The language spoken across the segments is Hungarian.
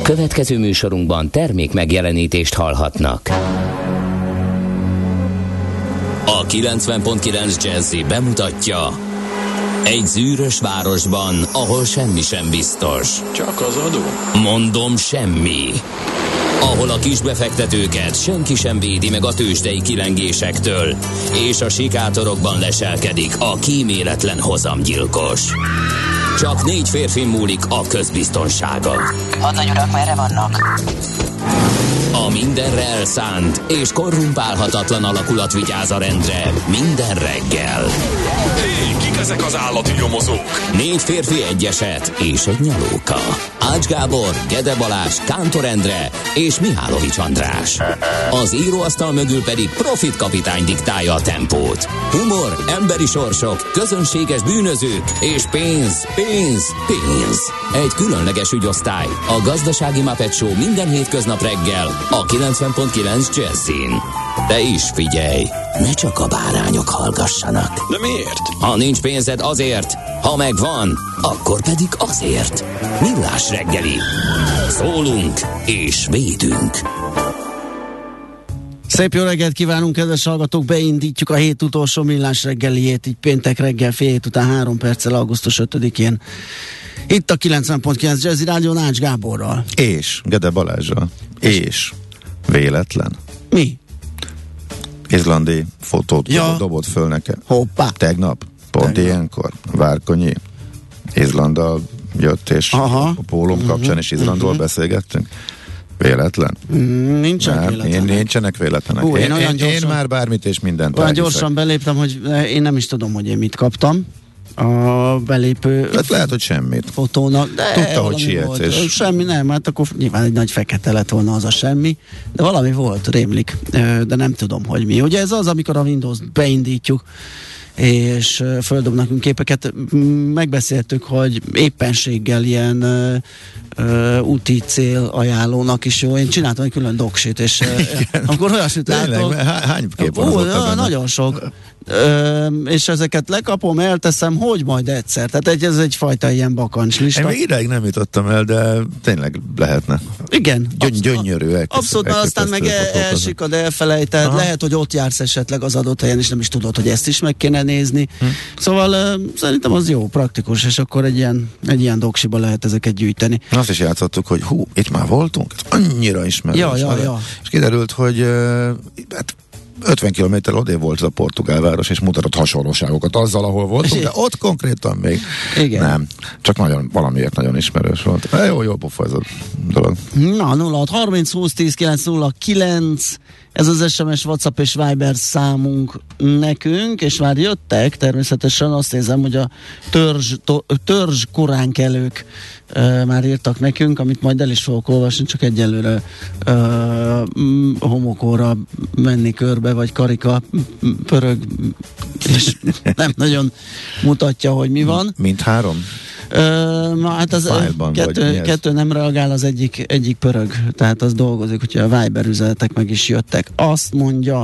Következő műsorunkban termék megjelenítést hallhatnak. A 90.9 Jazzy bemutatja: egy zűrös városban, ahol semmi sem biztos. Csak az adó? Mondom, semmi. Ahol a kisbefektetőket senki sem védi meg a tőzsdei kilengésektől, és a sikátorokban leselkedik a kíméletlen hozamgyilkos. Csak 4 férfi múlik a közbiztonsága. Hadnagy urak, merre vannak? A mindenre elszánt és korrumpálhatatlan alakulat vigyáz a rendre minden reggel. Hé, kik ezek az állati nyomozók? 4 férfi, egy eset és egy nyalóka. Ács Gábor, Gede Balázs, Kántor Endre és Mihálovics András. Az íróasztal mögül pedig Profit kapitány diktálja a tempót. Humor, emberi sorsok, közönséges bűnözők és pénz, pénz, pénz. Egy különleges ügyosztály, a Gazdasági Muppet Show minden hétköznap reggel a 90.9 Jazzin. De is figyelj, ne csak a bárányok hallgassanak. De miért? Ha nincs pénzed, azért, ha megvan, akkor pedig azért. Millás reggeli. Szólunk és védünk. Szép jó reggelt kívánunk, kedves hallgatók! Beindítjuk a hét utolsó Millás reggeliét, így péntek reggel fél hét után 3 perccel augusztus 5-én. Itt a 90.9 Jazzy Rádió Ács Gáborral. És Gede Balázsral. És véletlen. Mi? Izlandi fotót dobott föl nekem. Hoppá! Tegnap, pont ilyenkor, Várkonyi Izlanddal jött, és a pólum kapcsán is Izlandról beszélgettünk. Véletlen? Nincsenek véletlenek. Nincsenek véletlenek. Én már bármit és mindent olyan gyorsan beléptem, hogy én nem is tudom, hogy én mit kaptam a belépő lehet, hogy semmit fotónak, de tudta, hogy sietsz és... semmi nem, hát akkor nyilván egy nagy fekete lett volna az a semmi, de valami volt, rémlik, de nem tudom, hogy mi. Ugye ez az, amikor a Windows-t beindítjuk és földob nekünk képeket. Megbeszéltük, hogy éppenséggel ilyen úti cél ajánlónak is jó. Én csináltam egy külön doksit, és amikor olyasmit látok... Hány kép van? Nagyon sok. És ezeket lekapom, elteszem, hogy majd egyszer. Tehát ez egyfajta ilyen bakancslista. Én még ideig nem jutottam el, de tényleg lehetne. Igen. Gyönyörűek. Abszolút, aztán meg elsikad, elfelejted. Aha. Lehet, hogy ott jársz esetleg az adott helyen, és nem is tudod, hogy ezt is meg kéne nézni. Szóval szerintem az jó, praktikus, és akkor egy ilyen doksiba lehet ezeket gyűjteni. Azt is játszottuk, hogy itt már voltunk, ez annyira ismerős. Ja. És kiderült, hogy 50 kilométer odébb volt a portugál város, és mutatott hasonlóságokat azzal, ahol voltunk, de ott konkrétan még nem. Csak valamiért nagyon ismerős volt. Jó pofa ez a dolog. Na, 0630 20 10 909 ez az SMS, WhatsApp és Viber számunk nekünk, és már jöttek, természetesen azt nézem, hogy a törzs koránkelők már írtak nekünk, amit majd el is fogok olvasni, csak egyelőre homokóra menni körbe, vagy karika pörög, és nem nagyon mutatja, hogy mi van. Mindhárom? Hát az kettő nem reagál, az egyik pörög, tehát az dolgozik, úgyhogy a Viber üzenetek meg is jöttek. Azt mondja,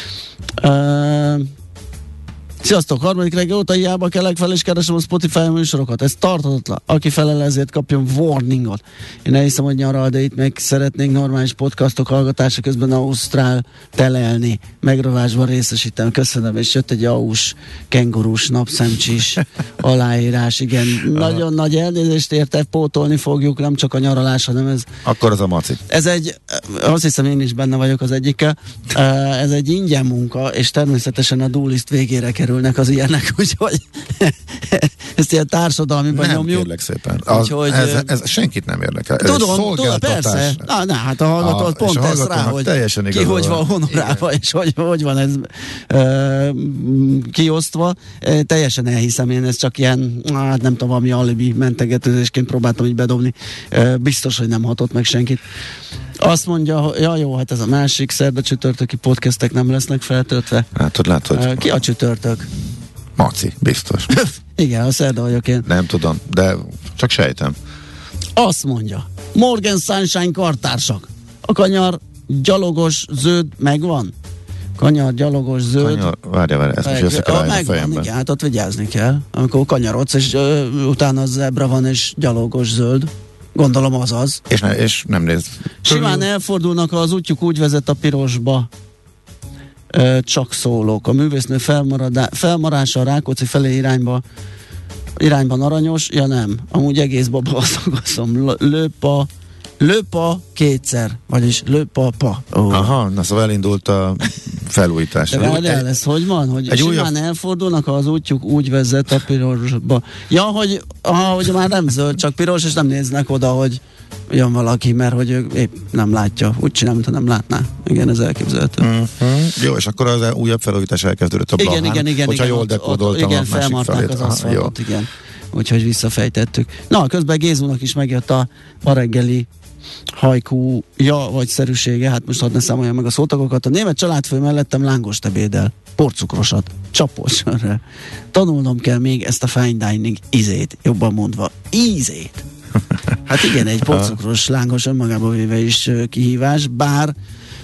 sziasztok, harmadik reggel óta hiába kelek fel, és keresem a Spotify műsorokat. Ez tarthatatlan. Aki felel ezért kapjon warningot. Én elhiszem, hogy nyaral, de itt meg szeretnénk normális podcastok hallgatása közben ausztrál telelni. Megrovásban részesítem. Köszönöm, és jött egy aus, kengurus, napszemcsis aláírás. Igen, nagyon nagy elnézést érte, pótolni fogjuk, nem csak a nyaralás, hanem ez... Akkor az a maci. Ez azt hiszem, én is benne vagyok az egyikkel. Ez egy ingyen munka, és természetesen a dualist végére kerül az ilyenek, úgyhogy ezt ilyen társadalmiban nyomjuk. Nem, kérlek szépen. Ez senkit nem érdekel. Tudom, persze. Hát a hallgató pont ez rá, hogy ki hogy van honorálva, és hogy van ez kiosztva. Teljesen elhiszem én, ez csak ilyen, hát nem tudom, valami alibi mentegetőzésként próbáltam így bedobni. Biztos, hogy nem hatott meg senkit. Azt mondja, jó, hát ez a másik szerda csütörtöki podcastek nem lesznek feltöltve. Látod. Ki a csütörtök? Maci, biztos. Igen, a szerda vagyok én. Nem tudom, de csak sejtem. Azt mondja, Morgan Sunshine kartársak. A kanyar gyalogos zöld megvan? Kanyar gyalogos zöld. Várja, ezt most össze kell állni a fejemben. Igen, hát ott vigyázni kell. Amikor kanyarodsz, és utána zebra van, és gyalogos zöld. Gondolom az. És nem néz. Simán elfordulnak, ha az útjuk úgy vezet a pirosba. Csak szólók. A művésznő felmarása a Rákóczi felé irányban aranyos, ja nem. Amúgy egész baba szakaszom. Löpa kétszer, vagyis löpapa. Aha, na szóval elindult a felújítás. De várjál, ez hogy van? Hogy simán elfordulnak, ha az útjuk úgy vezet a pirosba. Ja, hogy már nem zöld, csak piros, és nem néznek oda, hogy jön valaki, mert hogy ő épp nem látja. Úgy csinál, mintha nem látná. Igen, ez elképzelhető. Jó, és akkor az újabb felújítás elkezdődött a Blahán. Igen. Hogyha jól dekódoltam a másik felét. Az aszfaltot, igen. Úgyhogy visszafejtettük. Na, közben Gézúnak is megjött a reggeli hajkúja vagy szerűsége, hát most hadd ne számoljam meg a szótagokat. A német családfő mellettem lángost ebédel, porcukrosat, csapósörrel. Tanulnom kell még ezt a fine dining ízét, jobban mondva, ízét. Hát igen, egy porcukros lángos önmagában véve is kihívás, bár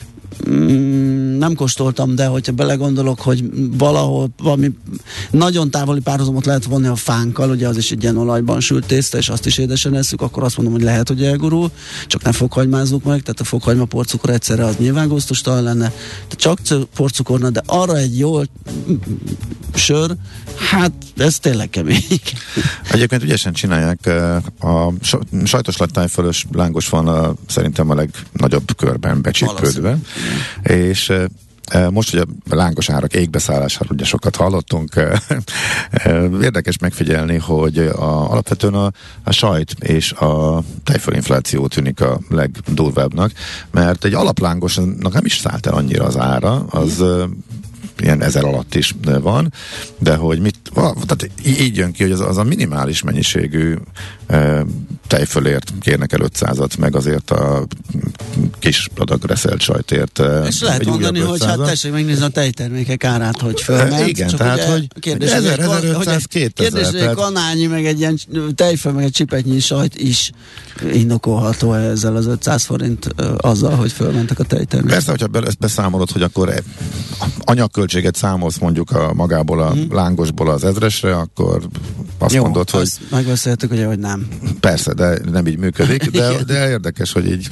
nem kóstoltam, de hogyha belegondolok, hogy valahol valami nagyon távoli párhuzamot lehet vonni a fánkkal, ugye az is egy ilyen olajban sült tészta, és azt is édesen eszük, akkor azt mondom, hogy lehet, hogy elgurul, csak ne fokhagymázzuk meg, tehát a fokhagyma porcukor egyszerre az nyilván gusztustalan lenne, de csak porcukorna, de arra egy jó sör, hát ez tényleg kemény. Egyébként ügyesen csinálják, a sajtos lattájfölös lángos van szerintem a legnagyobb körben becsípődve, és most, hogy a lángos árak égbeszállásáról ugye sokat hallottunk, érdekes megfigyelni, hogy alapvetően a sajt és a tejfölinfláció tűnik a legdurvábbnak, mert egy alaplángosnak nem is szállt el annyira az ára, az ilyen 1000 alatt is van, de hogy tehát így jön ki, hogy az a minimális mennyiségű tejfölért kérnek el 500-at, meg azért a kis adag reszelt sajtért. És lehet mondani, hogy hát tessék megnézni a tejtermékek árát, hogy fölment. Igen, csak tehát, hogy 1000-1500-2000. Kérdés, hogy kanálnyi, meg egy ilyen tejföl, meg egy csipetnyi sajt is indokolható ezzel az 500 forint azzal, hogy fölmentek a tejtermékek. Persze, hogyha ezt beszámolod, hogy akkor anyagköltséget számolsz mondjuk magából a lángosból az 1000-esre, akkor azt mondod, hogy... megbeszéltük, ugye, hogy nem. Persze, de nem így működik, de érdekes, hogy így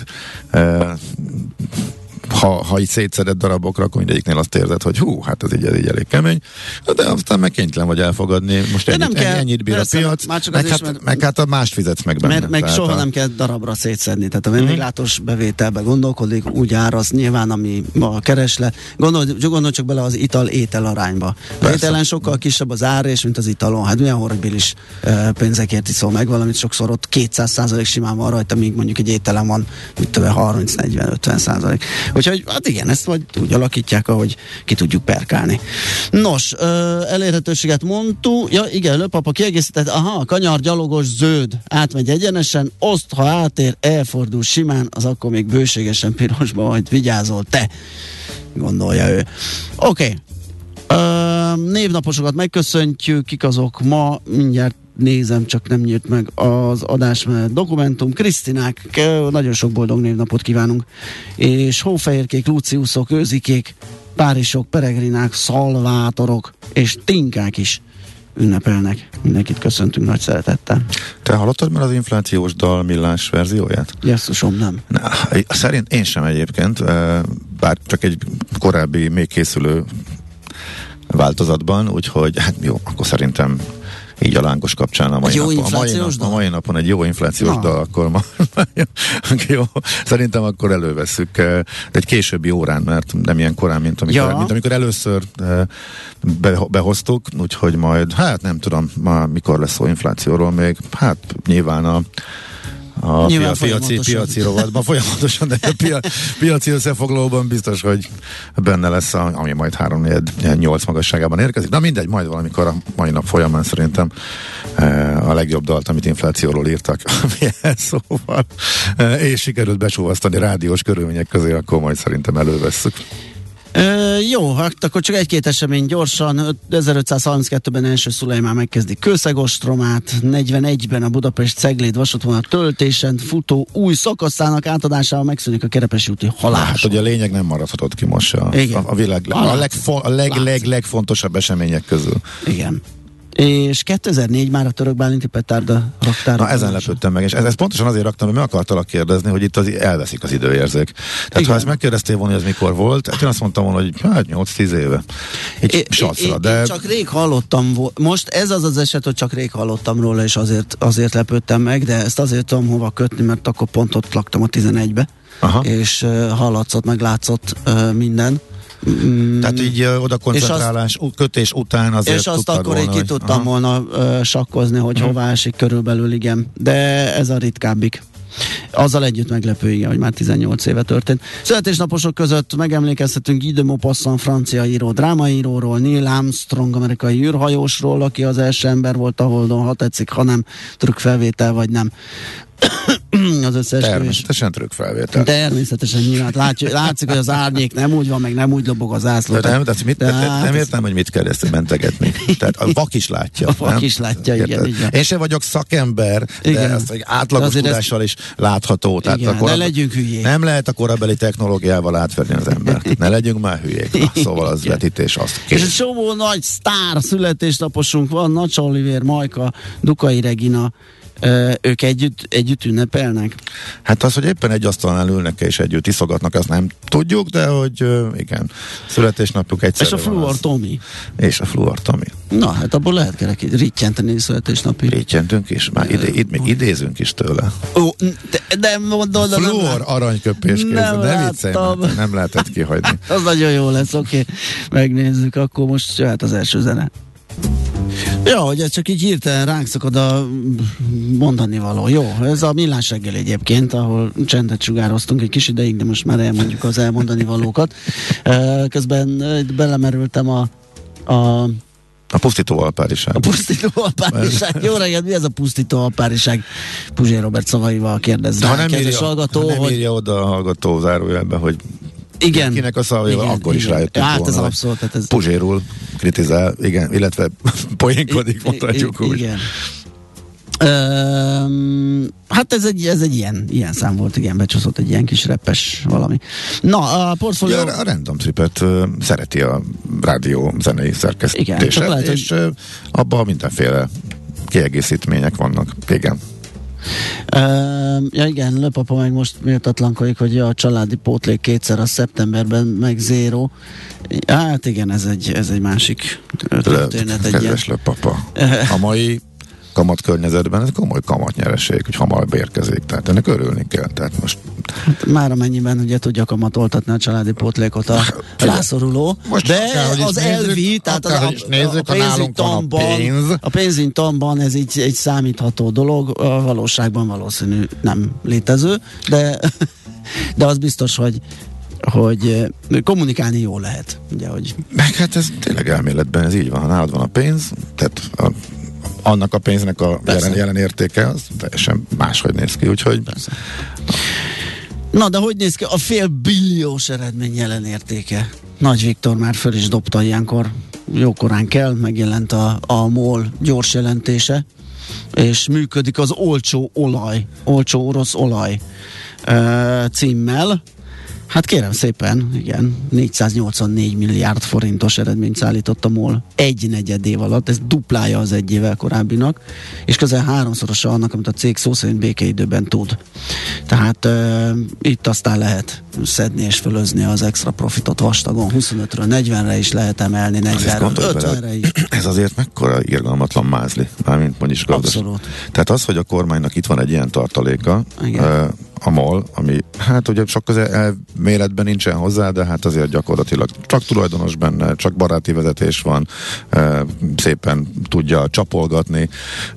ha így szétszedett darabokra, akkor mindegyiknél azt érzed, hogy hát ez így elég kemény, de aztán meg kénytelen vagy elfogadni, most ennyit bír persze, a piac, meg hát a mást fizetsz meg benne. Meg soha nem kell darabra szétszedni, tehát a vendéglátós bevételbe gondolkodik, úgy áraz nyilván, ami a kereslet. Gondolj csak bele az ital-étel arányba. Az ételen sokkal kisebb az ár, és mint az italon. Hát milyen horribilis pénzekért iszol meg valamit, sokszor ott 200% simán van rajta, míg mondjuk egy ételen van, mit tudom, 30-40-50%. Úgyhogy hát igen, ezt vagy úgy alakítják, ahogy ki tudjuk perkálni. Nos, elérhetőséget mondtuk. Ja igen, Löpapa kiegészített. Aha, kanyar, gyalogos, zöld. Átmegy egyenesen, oszt, ha átér, elfordul simán, az akkor még bőségesen pirosba, majd vigyázol te, gondolja ő. Oké. Névnaposokat megköszöntjük, kik azok ma, mindjárt nézem, csak nem nyílt meg az adás, mert dokumentum. Krisztinák, nagyon sok boldog névnapot kívánunk, és hófehérkék, Luciusok, őzikék, párizsok, peregrinák, szalvátorok és tinkák is ünnepelnek. Mindenkit köszöntünk nagy szeretettel. Te hallottad már az inflációs dal millás verzióját? Jesszusom, nem. Szerint én sem egyébként, bár csak egy korábbi, még készülő változatban, úgyhogy hát jó, akkor szerintem így a lángos kapcsán a mai napon egy jó inflációs dal, akkor jó, szerintem akkor elővesszük egy későbbi órán, mert nem ilyen korán, mint amikor először behoztuk, úgyhogy majd, hát nem tudom, mikor lesz szó inflációról még, hát nyilván a piaci rovatban folyamatosan, de a piaci összefoglalóban biztos, hogy benne lesz, ami majd 3-8 magasságában érkezik. Na mindegy, majd valamikor a mai nap folyamán szerintem a legjobb dalt, amit inflációról írtak, szóval, és sikerült besúvasztani rádiós körülmények közé, akkor majd szerintem elővesszük. Jó, hát akkor csak egy-két esemény gyorsan. 1532-ben első Szulejmán megkezdi Kőszegostromát, 41-ben a Budapest-Cegléd vasútvonal töltésen futó új szakaszának átadásával megszűnik a Kerepesi úti halás. Hát, hogy a lényeg nem maradhatott ki most a világ legfontosabb események közül. Igen. És 2004 már a török bálinti petárda raktár. Na ezen lepődtem meg, és ez pontosan azért raktam, hogy meg akartalak kérdezni, hogy itt elveszik az időérzék. Tehát ha ezt megkérdeztél volna, hogy ez mikor volt, hát én azt mondtam volna, hogy 8-10 éve. Én csak rég hallottam, most ez az eset, hogy csak rég hallottam róla, és azért lepődtem meg, de ezt azért tudom hova kötni, mert akkor pont ott laktam a 11-be, és hallatszott, meg látszott minden. Tehát így oda koncentrálás, kötés után azért és azt akkor így ki tudtam volna sakkozni, hogy hová esik körülbelül, igen. De ez a ritkábbik. Azzal együtt meglepő, igen, hogy már 18 éve történt. Születésnaposok között megemlékezhetünk Guy de Maupassant, francia író, drámaíróról, Neil Armstrong, amerikai űrhajósról, aki az első ember volt a Holdon, ha tetszik, ha nem, trükkfelvétel vagy nem. Az összes természetesen trükkfelvétel. Természetesen nyilván. Látszik, hogy az árnyék nem úgy van, meg nem úgy lobog az ászló. Nem értem, hogy mit kell ezt mentegetni. Tehát a vak is látja. A vak is látja, igen. Én sem vagyok szakember, de ezt egy átlagos tudással is látható. Tehát igen, ne legyünk hülyék. Nem lehet a korabeli technológiával átverni az embert. Ne legyünk már hülyék. Na, szóval az vetítés azt kér. És egy csomó nagy sztár születésnaposunk van, Nacsa Olivér, Majka, Dukai Regina. Ők együtt ünnepelnek? Hát az, hogy éppen egy asztalnál ülnek és együtt iszogatnak, azt nem tudjuk, de hogy igen, születésnapjuk egyszerre. És a Fluor Tomi. És a Fluor Tomi. Na, hát abból lehet rittyenteni születésnapi. Rittyentünk is, már még idézünk is tőle. Ó, de mondod, Fluor aranyköpés kézzel, ne viccelj, nem lehetett kihagyni. Az nagyon jó lesz, oké. Megnézzük, akkor most jöhet az első zene. Ja, hogy ez csak így hirtelen ránk szakad a mondani való. Jó, ez a Millás reggel egyébként, ahol csendet sugároztunk egy kis ideig, de most már elmondjuk az elmondani valókat. Közben belemerültem a pusztító alpáriság. A pusztító alpáriság. Jó reggelt, mi ez a pusztító alpáriság? Puzsér Robert szavaival kérdez rá. Ha nem írja oda a hallgató zárójelbe, hogy igen. Kinek a szavaival, akkor is rájöttünk volna. Hát ez abszolút. Ez Puzsérul kritizál, igen, illetve poénkodik, mondhatjuk úgy. Igen. Hát ez egy ilyen szám volt, igen, becsúszott egy ilyen kis reppes valami. Na, a portfólió... A Random Tripet szereti a rádió zenei szerkesztése, és abban mindenféle kiegészítmények vannak. Igen. Ja igen, Löpapa meg most méltatlankodik, hogy a családi pótlék kétszer a szeptemberben, meg zéró. Hát igen, ez egy másik történet. Kedves Löpapa. A mai kamatkörnyezetben ez komoly kamatnyereség, hogy hamarabb érkezik, tehát ennek örülni kell. Tehát most... Hát már amennyiben ugye tudja kamatoltatni a családi pótlékot a rászoruló, de az elvi, tehát a pénzügytanban ez egy számítható dolog, a valóságban valószínű nem létező, de az biztos, hogy kommunikálni jó lehet. Ugye, hogy... Meg hát ez tényleg elméletben ez így van, ha nálad van a pénz, tehát annak a pénznek a jelen értéke az teljesen máshogy néz ki, úgyhogy... Persze. Na, de hogy néz ki a félbilliós eredmény jelen értéke? Nagy Viktor már föl is dobta ilyenkor, jókorán kell, megjelent a MOL gyors jelentése, és működik az olcsó orosz olaj címmel. Hát kérem szépen, igen, 484 milliárd forintos eredményt szállított a MOL 1/4 év alatt, ez duplája az egy évvel korábbinak, és közel 3-szorosa annak, amit a cég szó szerint békeidőben tud. Tehát itt aztán lehet szedni és fölözni az extra profitot vastagon, 25-ről 40-re is lehet emelni, 40-ről 50-re is. Ez azért mekkora irgalmatlan mázli, mármint mondjuk gazdaság. Abszolút. Tehát az, hogy a kormánynak itt van egy ilyen tartaléka, a MOL, ami hát ugye sok elméletben nincsen hozzá, de hát azért gyakorlatilag csak tulajdonos benne, csak baráti vezetés van, szépen tudja csapolgatni,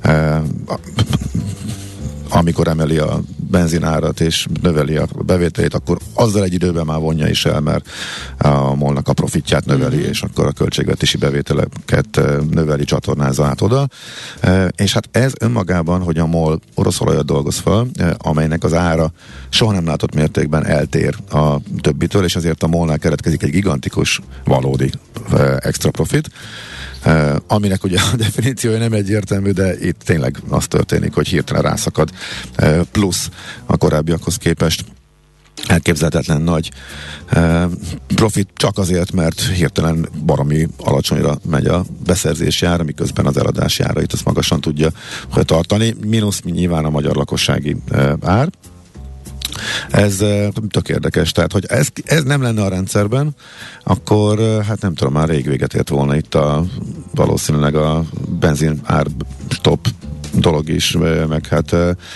amikor emeli a benzinárat és növeli a bevételét, akkor azzal egy időben már vonja is el, mert a MOL-nak a profitját növeli, és akkor a költségvetési bevételeket növeli, csatornázza át oda. És hát ez önmagában, hogy a MOL orosz olajat dolgoz fel, amelynek az ára soha nem látott mértékben eltér a többitől, és azért a MOL-nál keletkezik egy gigantikus, valódi extra profit, aminek ugye a definíciója nem egyértelmű, de itt tényleg az történik, hogy hirtelen rászakad plusz a korábbiakhoz képest elképzelhetetlen nagy profit csak azért, mert hirtelen baromi alacsonyra megy a beszerzési ára, miközben az eladási árait azt magasan tudja tartani. Mínusz nyilván a magyar lakossági ár. Ez tök érdekes, tehát hogy ez nem lenne a rendszerben, akkor hát nem tudom, már rég véget ért volna itt valószínűleg a benzin ár stop dolog is, meg hát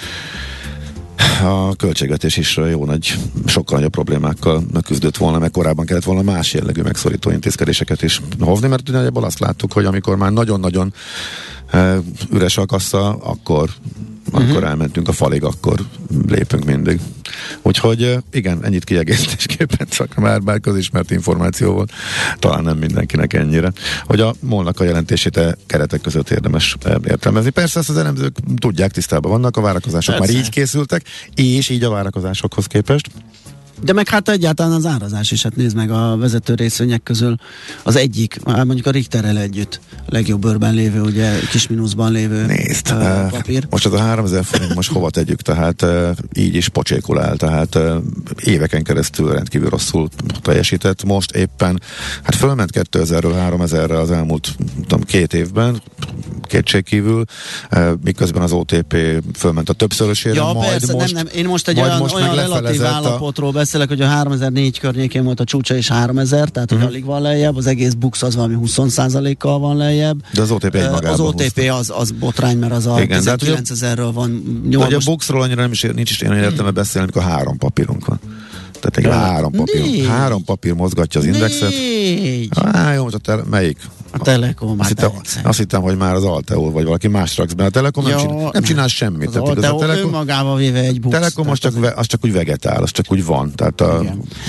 a költségvetés is jó nagy, sokkal nagyobb problémákkal küzdött volna, meg korábban kellett volna más jellegű megszorító intézkedéseket is hozni, mert nagyjából azt láttuk, hogy amikor már nagyon-nagyon üres a kassa, akkor elmentünk a falig, akkor lépünk mindig. Úgyhogy igen, ennyit kiegészítésképpen, csak bár közismert információ volt, talán nem mindenkinek ennyire, hogy a MOL-nak a jelentését keretek között érdemes értelmezni. Persze ezt az elemzők tudják, tisztában vannak, a várakozások már így készültek, és így a várakozásokhoz képest. De meg hát egyáltalán az árazás is, hát nézd meg a vezető részvények közül az egyik, mondjuk a Richterrel együtt legjobb őrben lévő, ugye kis mínuszban lévő papír. Most az a 3000 forint most hova tegyük, tehát így is pocsékul el, tehát éveken keresztül rendkívül rosszul teljesített. Most éppen, hát fölment 2000-ről 3000-re az elmúlt 2 évben, kétségkívül, miközben az OTP fölment a többszörösére, ja, persze, most, nem. Én most egy olyan relatív állapotról beszélek, hogy a 3004 környékén volt a csúcsa és 3000, tehát hogy alig van lejjebb, az egész Bux az valami 20%-kal van lejjebb. De az OTP egymagában az OTP az botrány, mert az a 19.000-ről van 8. Vagy a Buxról annyira nincs is olyan értelme beszélni, amikor 3 papírunk van. Tehát 3 papír mozgatja az indexet. 4. Jó, most melyik? A Telekom. Azt hittem, hogy már az Alteo vagy valaki más raksz be. A Telekom nem csinál semmit. Az Alteo önmagával véve egy Bux. Telekom az csak úgy vegetál, az csak úgy van. Tehát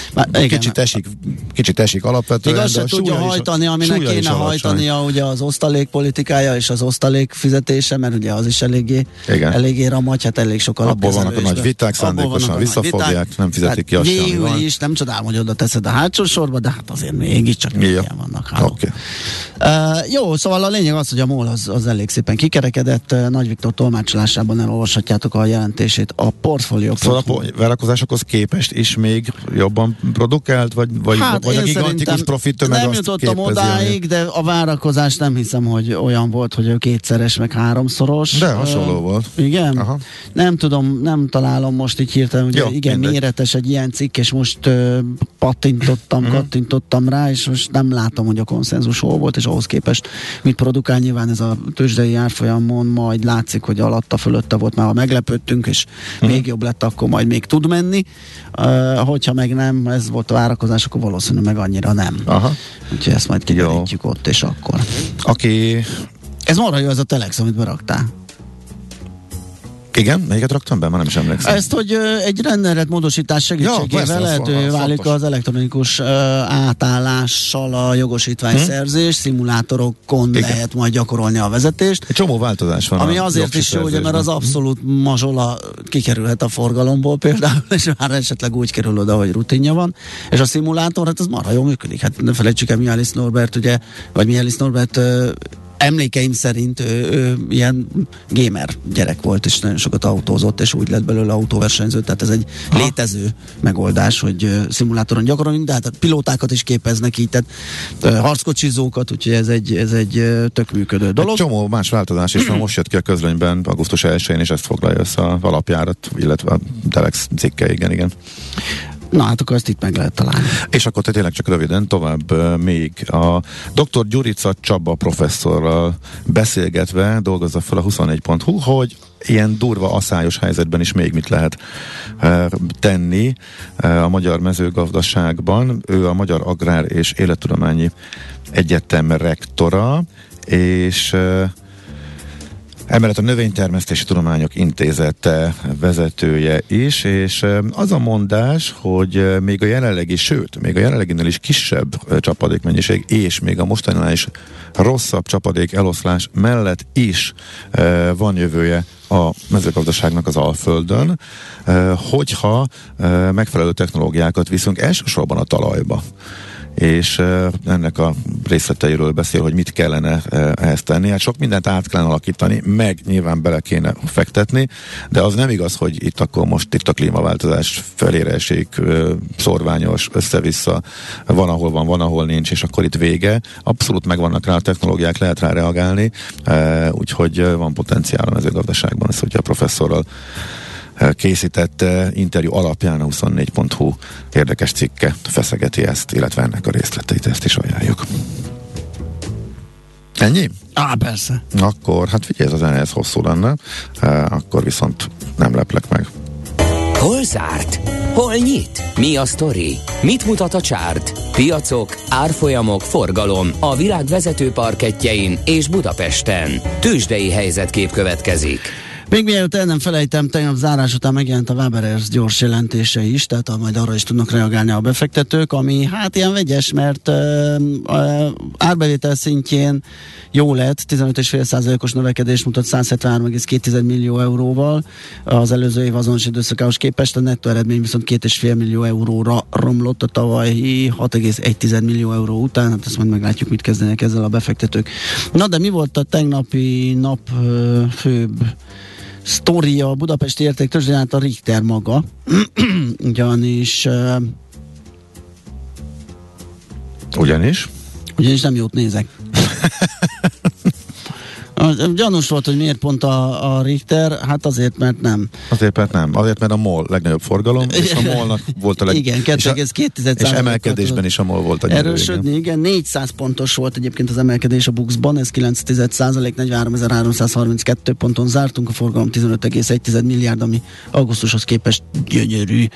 kicsit esik alapvetően. Igaz, se tudja hajtani, aminek kéne hajtania ugye az osztalékpolitikája és az osztalék fizetése, mert ugye az is eléggé ramagy, hát elég sok alapkezelő. Abból vannak a nagy viták, szándékosan visszafogják, nem fizetik ki azt sem, ami van. Is nem csodálom, hogy oda teszed a hátsó sorba, de hát azért mégiscsak ilyen vannak. Okay. Jó, szóval a lényeg az, hogy a MOL az elég szépen kikerekedett. Nagy Viktor tolmácsolásában elolvashatjátok a jelentését a portfólió. Szóval a várakozásokhoz képest is még jobban produkált, vagy a gigantikus profit tömeg nem jutottam odáig, de a várakozás nem hiszem, hogy olyan volt, hogy 2-szeres, meg 3-szoros. De hasonló volt. Igen? Aha. Nem tudom, nem találom most így hirtelen, ugye igen, méretes egy ilyen cikk, és most kattintottam rá, és most nem látom, hogy a konszenzus hol volt, és ahhoz képest mit produkál. Nyilván ez a tőzsdei árfolyamon majd látszik, hogy alatta fölötte volt, már ha meglepődtünk, és még jobb lett, akkor majd még tud menni. Hogyha meg nem, ez volt a várakozás, akkor valószínűleg meg annyira nem. Aha. Úgyhogy ezt majd kiderítjük ott, és akkor. Ez marha jó, ez a Telex, amit beraktál. Igen? Melyiket raktam be? Már nem is emlékszem. Ezt, hogy egy rendelet módosítás segítségével lehetővé válik az elektronikus átállással a jogosítványszerzés, szimulátorokon lehet majd gyakorolni a vezetést. Egy csomó változás van. Ami azért is jó, ugye, mert az abszolút mazsola kikerülhet a forgalomból például, és már esetleg úgy kerül oda, hogy rutinja van. És a szimulátor, hát ez marha jól működik. Hát ne felejtsük el, Mihály Norbert, ugye, vagy Mihály Norbert emlékeim szerint ő ilyen gamer gyerek volt, és nagyon sokat autózott, és úgy lett belőle autóversenyző, tehát ez egy létező megoldás, hogy szimulátoron gyakorolunk, de hát a pilótákat is képeznek így, tehát harckocsizókat, úgyhogy ez egy tök működő dolog. Egy csomó más változás is van, most jött ki a közlönyben augusztus 1-én, és ezt foglalja össze a alapjárat, illetve a Telex cikke, igen. Na hát akkor ezt itt meg lehet találni. És akkor tényleg csak röviden tovább még a dr. Gyurica Csaba professzorral beszélgetve dolgozza fel a 24.hu, hogy ilyen durva aszályos helyzetben is még mit lehet tenni a magyar mezőgazdaságban. Ő a Magyar Agrár és Élettudományi Egyetem rektora, és emellett a Növénytermesztési Tudományok Intézete vezetője is, és az a mondás, hogy még a jelenleginél is kisebb csapadékmennyiség, és még a mostaninál is rosszabb csapadék eloszlás mellett is van jövője a mezőgazdaságnak az Alföldön, hogyha megfelelő technológiákat viszünk elsősorban a talajba. és ennek a részleteiről beszél, hogy mit kellene ehhez tenni. Hát sok mindent át kellene alakítani, meg nyilván bele kéne fektetni, de az nem igaz, hogy itt akkor most itt a klímaváltozás felére esik, szorványos, össze-vissza, van, ahol van, van, ahol nincs, és akkor itt vége. Abszolút megvannak rá a technológiák, lehet rá reagálni, úgyhogy van potenciál a mezőgazdaságban, ez, hogyha a professzorral készített interjú alapján a 24.hu érdekes cikke feszegeti ezt, illetve ennek a részleteit, ezt is ajánljuk. Ennyi? Persze. Akkor, hát figyelj, ez a zene, ez hosszú lenne, akkor viszont nem leplek meg. Hol zárt? Hol nyit? Mi a sztori? Mit mutat a csárt? Piacok, árfolyamok, forgalom a világ vezető parkettjein és Budapesten. Tőzsdei helyzetkép következik. Még mielőtt el nem felejtem, tegnap zárás után megjelent a Waberers gyors jelentése is, tehát majd arra is tudnak reagálni a befektetők, ami hát ilyen vegyes, mert árbevétel szintjén jó lett, 15,5%-os növekedés mutat 173,2 millió euróval, az előző év azonos időszakához képest, a nettó eredmény viszont 2,5 millió euróra romlott a tavalyi 6,1 millió euró után, hát ezt majd meglátjuk, mit kezdenek ezzel a befektetők. Na de mi volt a tegnapi nap főbb sztoria? A budapesti értéktőzsdén a Richter maga, ugyanis nem jót nézek. Gyanús volt, hogy miért pont a Richter, hát azért, mert nem. Azért, mert a MOL legnagyobb forgalom, és a MOL-nak volt a igen, 2,2%. És emelkedésben is a MOL volt a nyerő. Erősödni, igen. 400 pontos volt egyébként az emelkedés a BUX-ban, ez 9,1%, 43.332 ponton zártunk, a forgalom 15,1 milliárd, ami augusztushoz képest gyönyörű.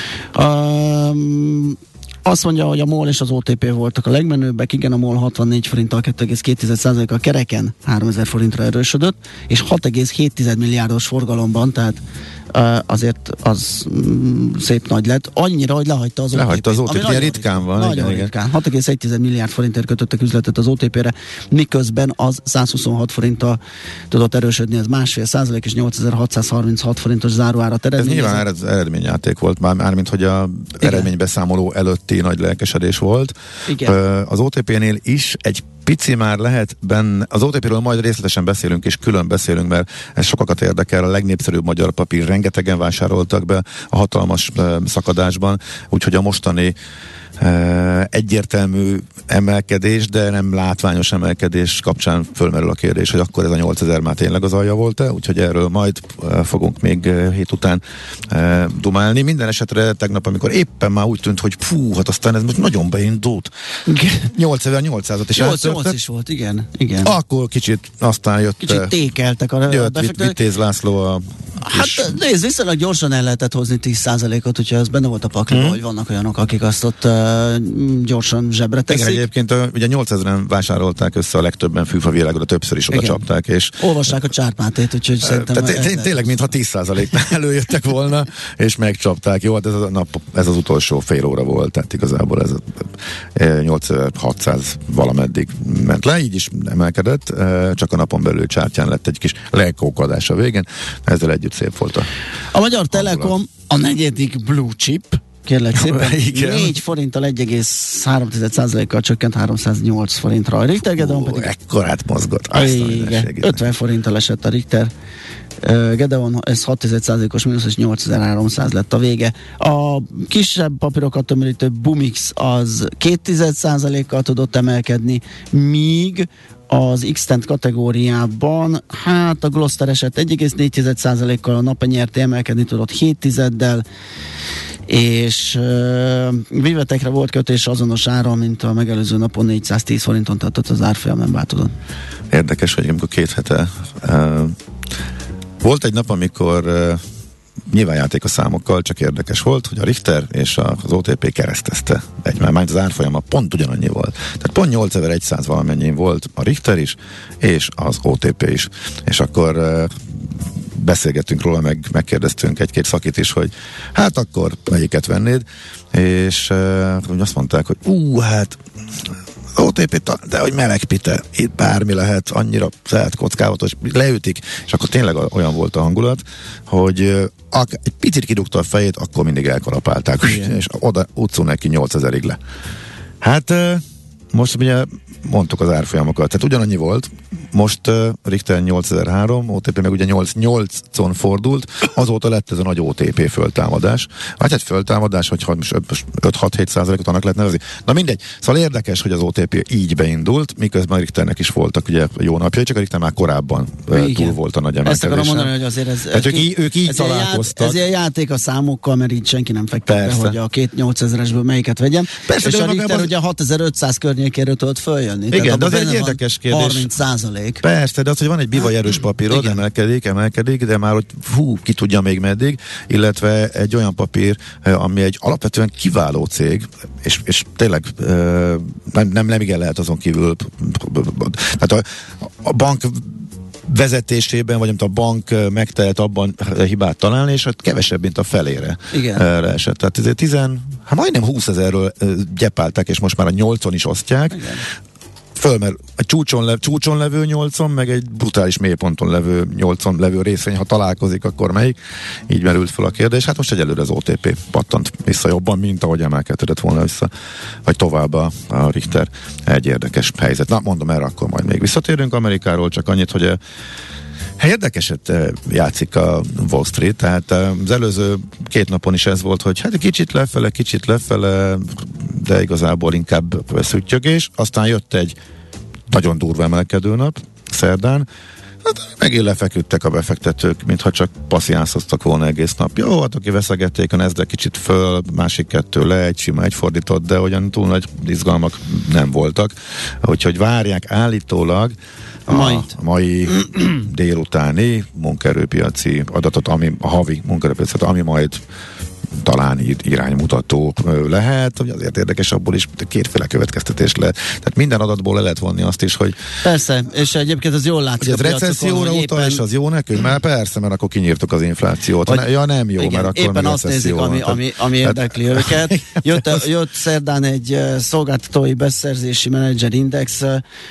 Azt mondja, hogy a MOL és az OTP voltak a legmenőbbek, igen, a MOL 64 forinttal 2,2%-kal kereken 3000 forintra erősödött, és 6,7 milliárdos forgalomban, tehát azért az szép nagy lett. Annyira, hogy lehagyta az OTP-t. Lehagyta az OTP, ilyen ritkán van. Nagyon ritkán. 6,1 milliárd forintért kötöttek üzletet az OTP-re, miközben az 126 forinttal tudott erősödni, ez 1,5% és 8636 forintos záróárat eredmény. Ez nyilván eredményjáték volt, mármint hogy a eredménybeszámoló előtti nagy lelkesedés volt. Igen. Az OTP-nél is egy pici már lehet benne, az OTP-ről majd részletesen beszélünk, és külön beszélünk, mert ez sokakat érdekel, a legnépszerűbb magyar papír, rengetegen vásároltak be a hatalmas szakadásban, úgyhogy a mostani egyértelmű emelkedés, de nem látványos emelkedés kapcsán fölmerül a kérdés, hogy akkor ez a 8000 már tényleg az alja volt-e, úgyhogy erről majd fogunk még hét után dumálni. Minden esetre tegnap, amikor éppen már úgy tűnt, hogy fú, hát aztán ez most nagyon beindult. 8800-at is 8 is volt, igen. Akkor kicsit aztán jött. Kicsit tékeltek a befektetők. Vitéz László a hát nézd, viszonylag gyorsan el lehetett hozni 10%-ot, úgyhogy ez benne volt a pakliban, hogy vannak olyanok, akik azt ott gyorsan zsebre teszik. Igen, egyébként ugye 8000-en vásárolták össze a legtöbben fűfavilágról, többször is oda csapták. És olvassák a csárpátét, úgyhogy szerintem... Tényleg, mintha 10%-nál előjöttek volna, és megcsapták. Jó, hát ez az utolsó fél óra volt, tehát igazából ez 8600 valameddig ment le, így is emelkedett, csak a napon belül csártyán lett egy kis lekókadás a végén, ezzel együtt szép volt a Magyar Telekom a negyedik blue chip, kérlek szépen, 4 forinttal 1,3%-kal csökkent 308 forintra. A Richter Gedeon pedig... Ekkorát mozgott. 50 forinttal esett a Richter Gedeon, ez 6,1%-os mínusz, és 8300 lett a vége. A kisebb papírokat tömörítő Bumix az 2,1%-kal tudott emelkedni, míg az X-Tent kategóriában, hát a Gloster esett 1,4%-kal, a Nape nyerté emelkedni tudott 7,1-del, és Vivetekre volt kötés azonos ára, mint a megelőző napon 410 forinton, tehát az árfolyam nem változott. Érdekes, hogy amikor 2 hete volt egy nap, amikor nyilván játék a számokkal, csak érdekes volt, hogy a Richter és az OTP keresztezte egymást, az árfolyama pont ugyanannyi volt. Tehát pont 8100 valamennyi volt a Richter is, és az OTP is. És akkor beszélgettünk róla, megkérdeztünk egy-két szakit is, hogy hát akkor melyiket vennéd, és azt mondták, hogy hát OTP, de hogy meleg pite, itt bármi lehet, annyira szállt kockázatos, leütik, és akkor tényleg olyan volt a hangulat, hogy egy picit kidugta a fejét, akkor mindig elkalapálták, és oda utcul neki 8000-ig le. Hát most ugye mondtuk az árfolyamokat, tehát ugyanannyi volt, most Richter 8003, OTP meg ugye 8-8-on fordult, azóta lett ez a nagy OTP föltámadás. Hát egy föltámadás, hogy 5-6-7%-ot annak lehet nevezni. Na mindegy, szóval érdekes, hogy az OTP így beindult, miközben Richternek is voltak ugye jó napjai, csak a Richter már korábban túl volt a nagy emelkedésen. Ezt akarom mondani, hogy azért ez ők így találkoztak. Ez ilyen játék a számokkal, mert így senki nem fektet be, hogy a két 8000-esből melyiket vegyem. Persze, és a Richter ugye 6500 környékéről tudott följönni. Igen, de az egy érdekes kérdés. 30%. Persze, de az, hogy van egy bivaj erős papírod, emelkedik, de már hogy ki tudja még meddig, illetve egy olyan papír, ami egy alapvetően kiváló cég, és tényleg nem igen lehet azon kívül, tehát a bank vezetésében, vagy amit a bank megtehet abban hibát találni, és kevesebb, mint a felére esett. Tehát ezért majdnem 20 000-ről gyepálták, és most már a 8-on is osztják. Igen. Fölmer egy csúcson levő 8-on, meg egy brutális mélyponton levő 8-on levő részvény, ha találkozik, akkor melyik? Így merült fel a kérdés. Hát most egyelőre az OTP pattant vissza jobban, mint ahogy emelkedett volna vissza, vagy tovább a Richter. Egy érdekes helyzet. Na, mondom, erre akkor majd még visszatérünk Amerikáról, csak annyit, hogy érdekeset játszik a Wall Street, tehát az előző 2 napon is ez volt, hogy hát kicsit lefele, de igazából inkább szüttyögés. Aztán jött egy nagyon durva emelkedő nap, szerdán, hát megint lefeküdtek a befektetők, mintha csak passziánszoztak volna egész nap. Jó, hát aki veszegették a Nasdaq kicsit föl, másik 2 le, egy sima, egy fordított, de olyan túl nagy izgalmak nem voltak. Úgyhogy várják állítólag a mai délutáni munkaerőpiaci adatot, a havi munkaerőpiaci adatot, ami majd talán iránymutató lehet, hogy azért érdekes abból is, kétféle következtetés lehet. Tehát minden adatból le lehet vonni azt is, hogy... Persze, és egyébként ez jól látszik. Hogy ez recesszióra utal, és az jó nekünk? Már persze, mert akkor kinyírtuk az inflációt. Nem jó, igen, mert akkor éppen azt nézik, ami érdekli őket. Jött szerdán egy szolgáltatói beszerzési menedzserindex,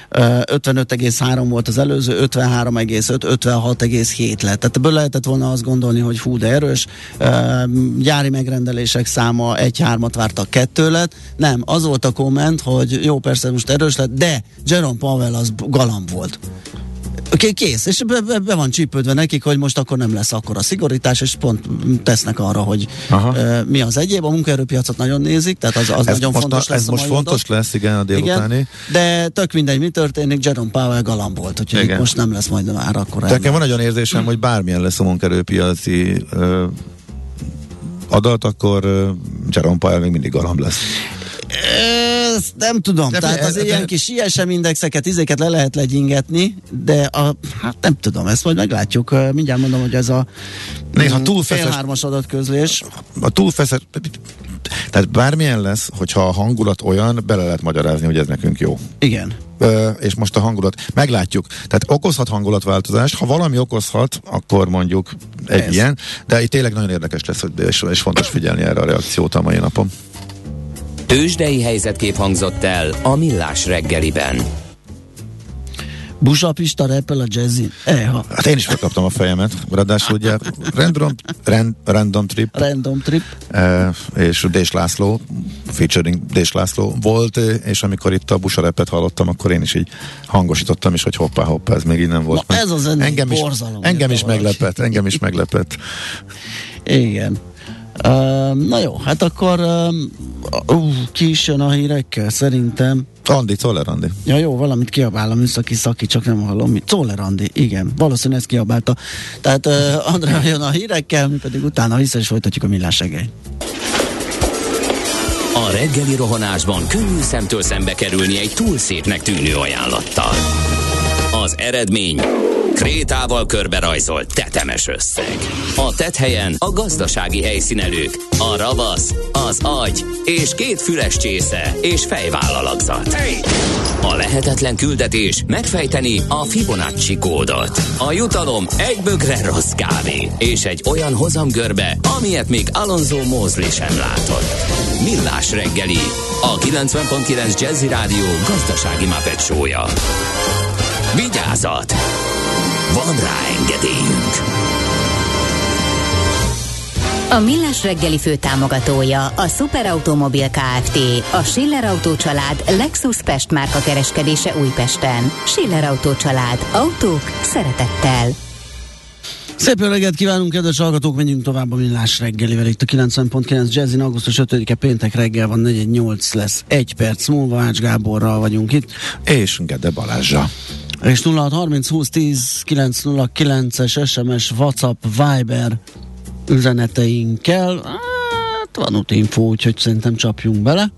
55,3 volt az előző, 53,5, 56,7 lett. Tehát ebből lehetett volna azt gondolni, hogy hú, de erős. Gyári megrendelések száma 1-3-at vártak, 2 lett. Nem, az volt a komment, hogy jó, persze most erős lett, de Jerome Powell az galamb volt. Kész, és be van csípődve nekik, hogy most akkor nem lesz akkora szigorítás, és pont tesznek arra, hogy mi az egyéb. A munkaerőpiacot nagyon nézik, tehát az nagyon fontos lesz. Ez most fontos lesz, igen, a délutáni. Igen, de tök mindegy, mi történik, Jerome Powell galamb volt, úgyhogy itt most nem lesz majd már akkor. Nekem van egy olyan érzésem, hogy bármilyen lesz a munkaerőpiaci adat, akkor Jerome Powell még mindig galamb lesz. Ezt nem tudom, tehát az ilyen kis ISM indexeket, izéket le lehet legyingetni, de hát nem tudom, ezt majd meglátjuk. Mindjárt mondom, hogy ez a fél 3-as adatközlés. A túlfeszes, tehát bármilyen lesz, hogyha a hangulat olyan, bele lehet magyarázni, hogy ez nekünk jó. Igen. És most a hangulat, meglátjuk. Tehát okozhat hangulatváltozást, ha valami okozhat, akkor mondjuk egy ilyen, de itt tényleg nagyon érdekes lesz, és fontos figyelni erre a reakciót a mai napon. Tőzsdei helyzetkép hangzott el a Millás reggeliben. Busa Pista rappel a jazzin. Hát én is megkaptam a fejemet. Ráadásul ugye Random Trip. És Dés László, featuring Dés László volt, és amikor itt a Busa rappet hallottam, akkor én is így hangosítottam is, hogy hoppá, ez még így nem volt. Na, ez az borzalom. Engem is meglepett. Igen. Na jó, hát akkor ki is jön a hírekkel, szerintem. Czoller Andi. Ja jó, valamit kiabál a műszaki szaki, csak nem hallom mit. Czoller Andi, igen, valószínűleg ezt kiabálta. Tehát Andrea jön a hírekkel, mi pedig utána vissza is folytatjuk a Millás reggelyt. A reggeli rohanásban könnyű szemtől szembe kerülni egy túl szépnek tűnő ajánlattal. Az eredmény krétával körberajzolt tetemes összeg. A tetthelyen a gazdasági helyszínelők, a ravasz, az agy és 2 füles csésze és fejvállalakzat. A lehetetlen küldetés megfejteni a Fibonacci kódot. A jutalom egy bögre rossz kávé és egy olyan hozamgörbe, amilyet még Alonso Mosley sem látott. Millás reggeli, a 90.9 Jazzy Rádió gazdasági Muppet show-ja. Vigyázat! Van rá engedélyünk! A Millás reggeli főtámogatója a Superautomobil Kft. A Schiller Autó család Lexus Pest márka kereskedése Újpesten. Schiller Autó család. Autók szeretettel. Szép jó reggelt kívánunk, kedves hallgatók, menjünk tovább a Millás reggelivel. Itt a 90.9 Jazzin, augusztus 5-e péntek reggel van, 4:08 lesz. 1 perc múlva Ács Gáborral vagyunk itt. És Gede Balázsa. És 0630 20 10 909-es SMS, WhatsApp, Viber üzeneteinkkel. Hát van útinfó, úgyhogy szerintem csapjunk bele.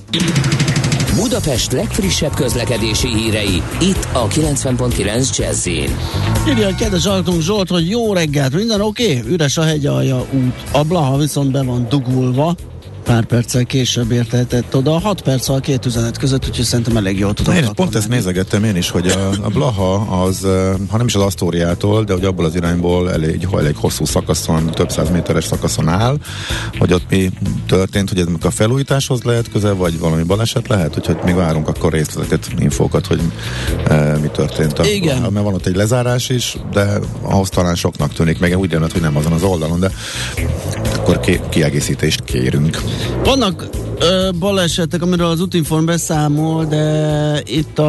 Budapest legfrissebb közlekedési hírei, itt a 90.9 Jazzin. Írja a kedves hallgatónk Zsolt, hogy jó reggelt, minden oké? Üres a Hegyalja út. A Blaha viszont be van dugulva. Pár perccel később értetett oda, 6 perc a két üzenet között, úgyhogy szerintem elég jól tudom. Én pont ezt nézegettem én is, hogy a Blaha az, ha nem is az Asztóriától, de hogy abból az irányból elég hosszú szakaszon, több száz méteres szakaszon áll, hogy ott mi történt, hogy ez a felújításhoz lehet közel, vagy valami baleset lehet, úgyhogy még várunk akkor részleteket, infókat, hogy mi történt. Igen. Mert van ott egy lezárás is, de ahhoz talán soknak tűnik, meg úgy jönnek, hogy nem azon az oldalon, de akkor kiegészítést kérünk. Vannak balesetek, amiről az Utinform beszámol, de itt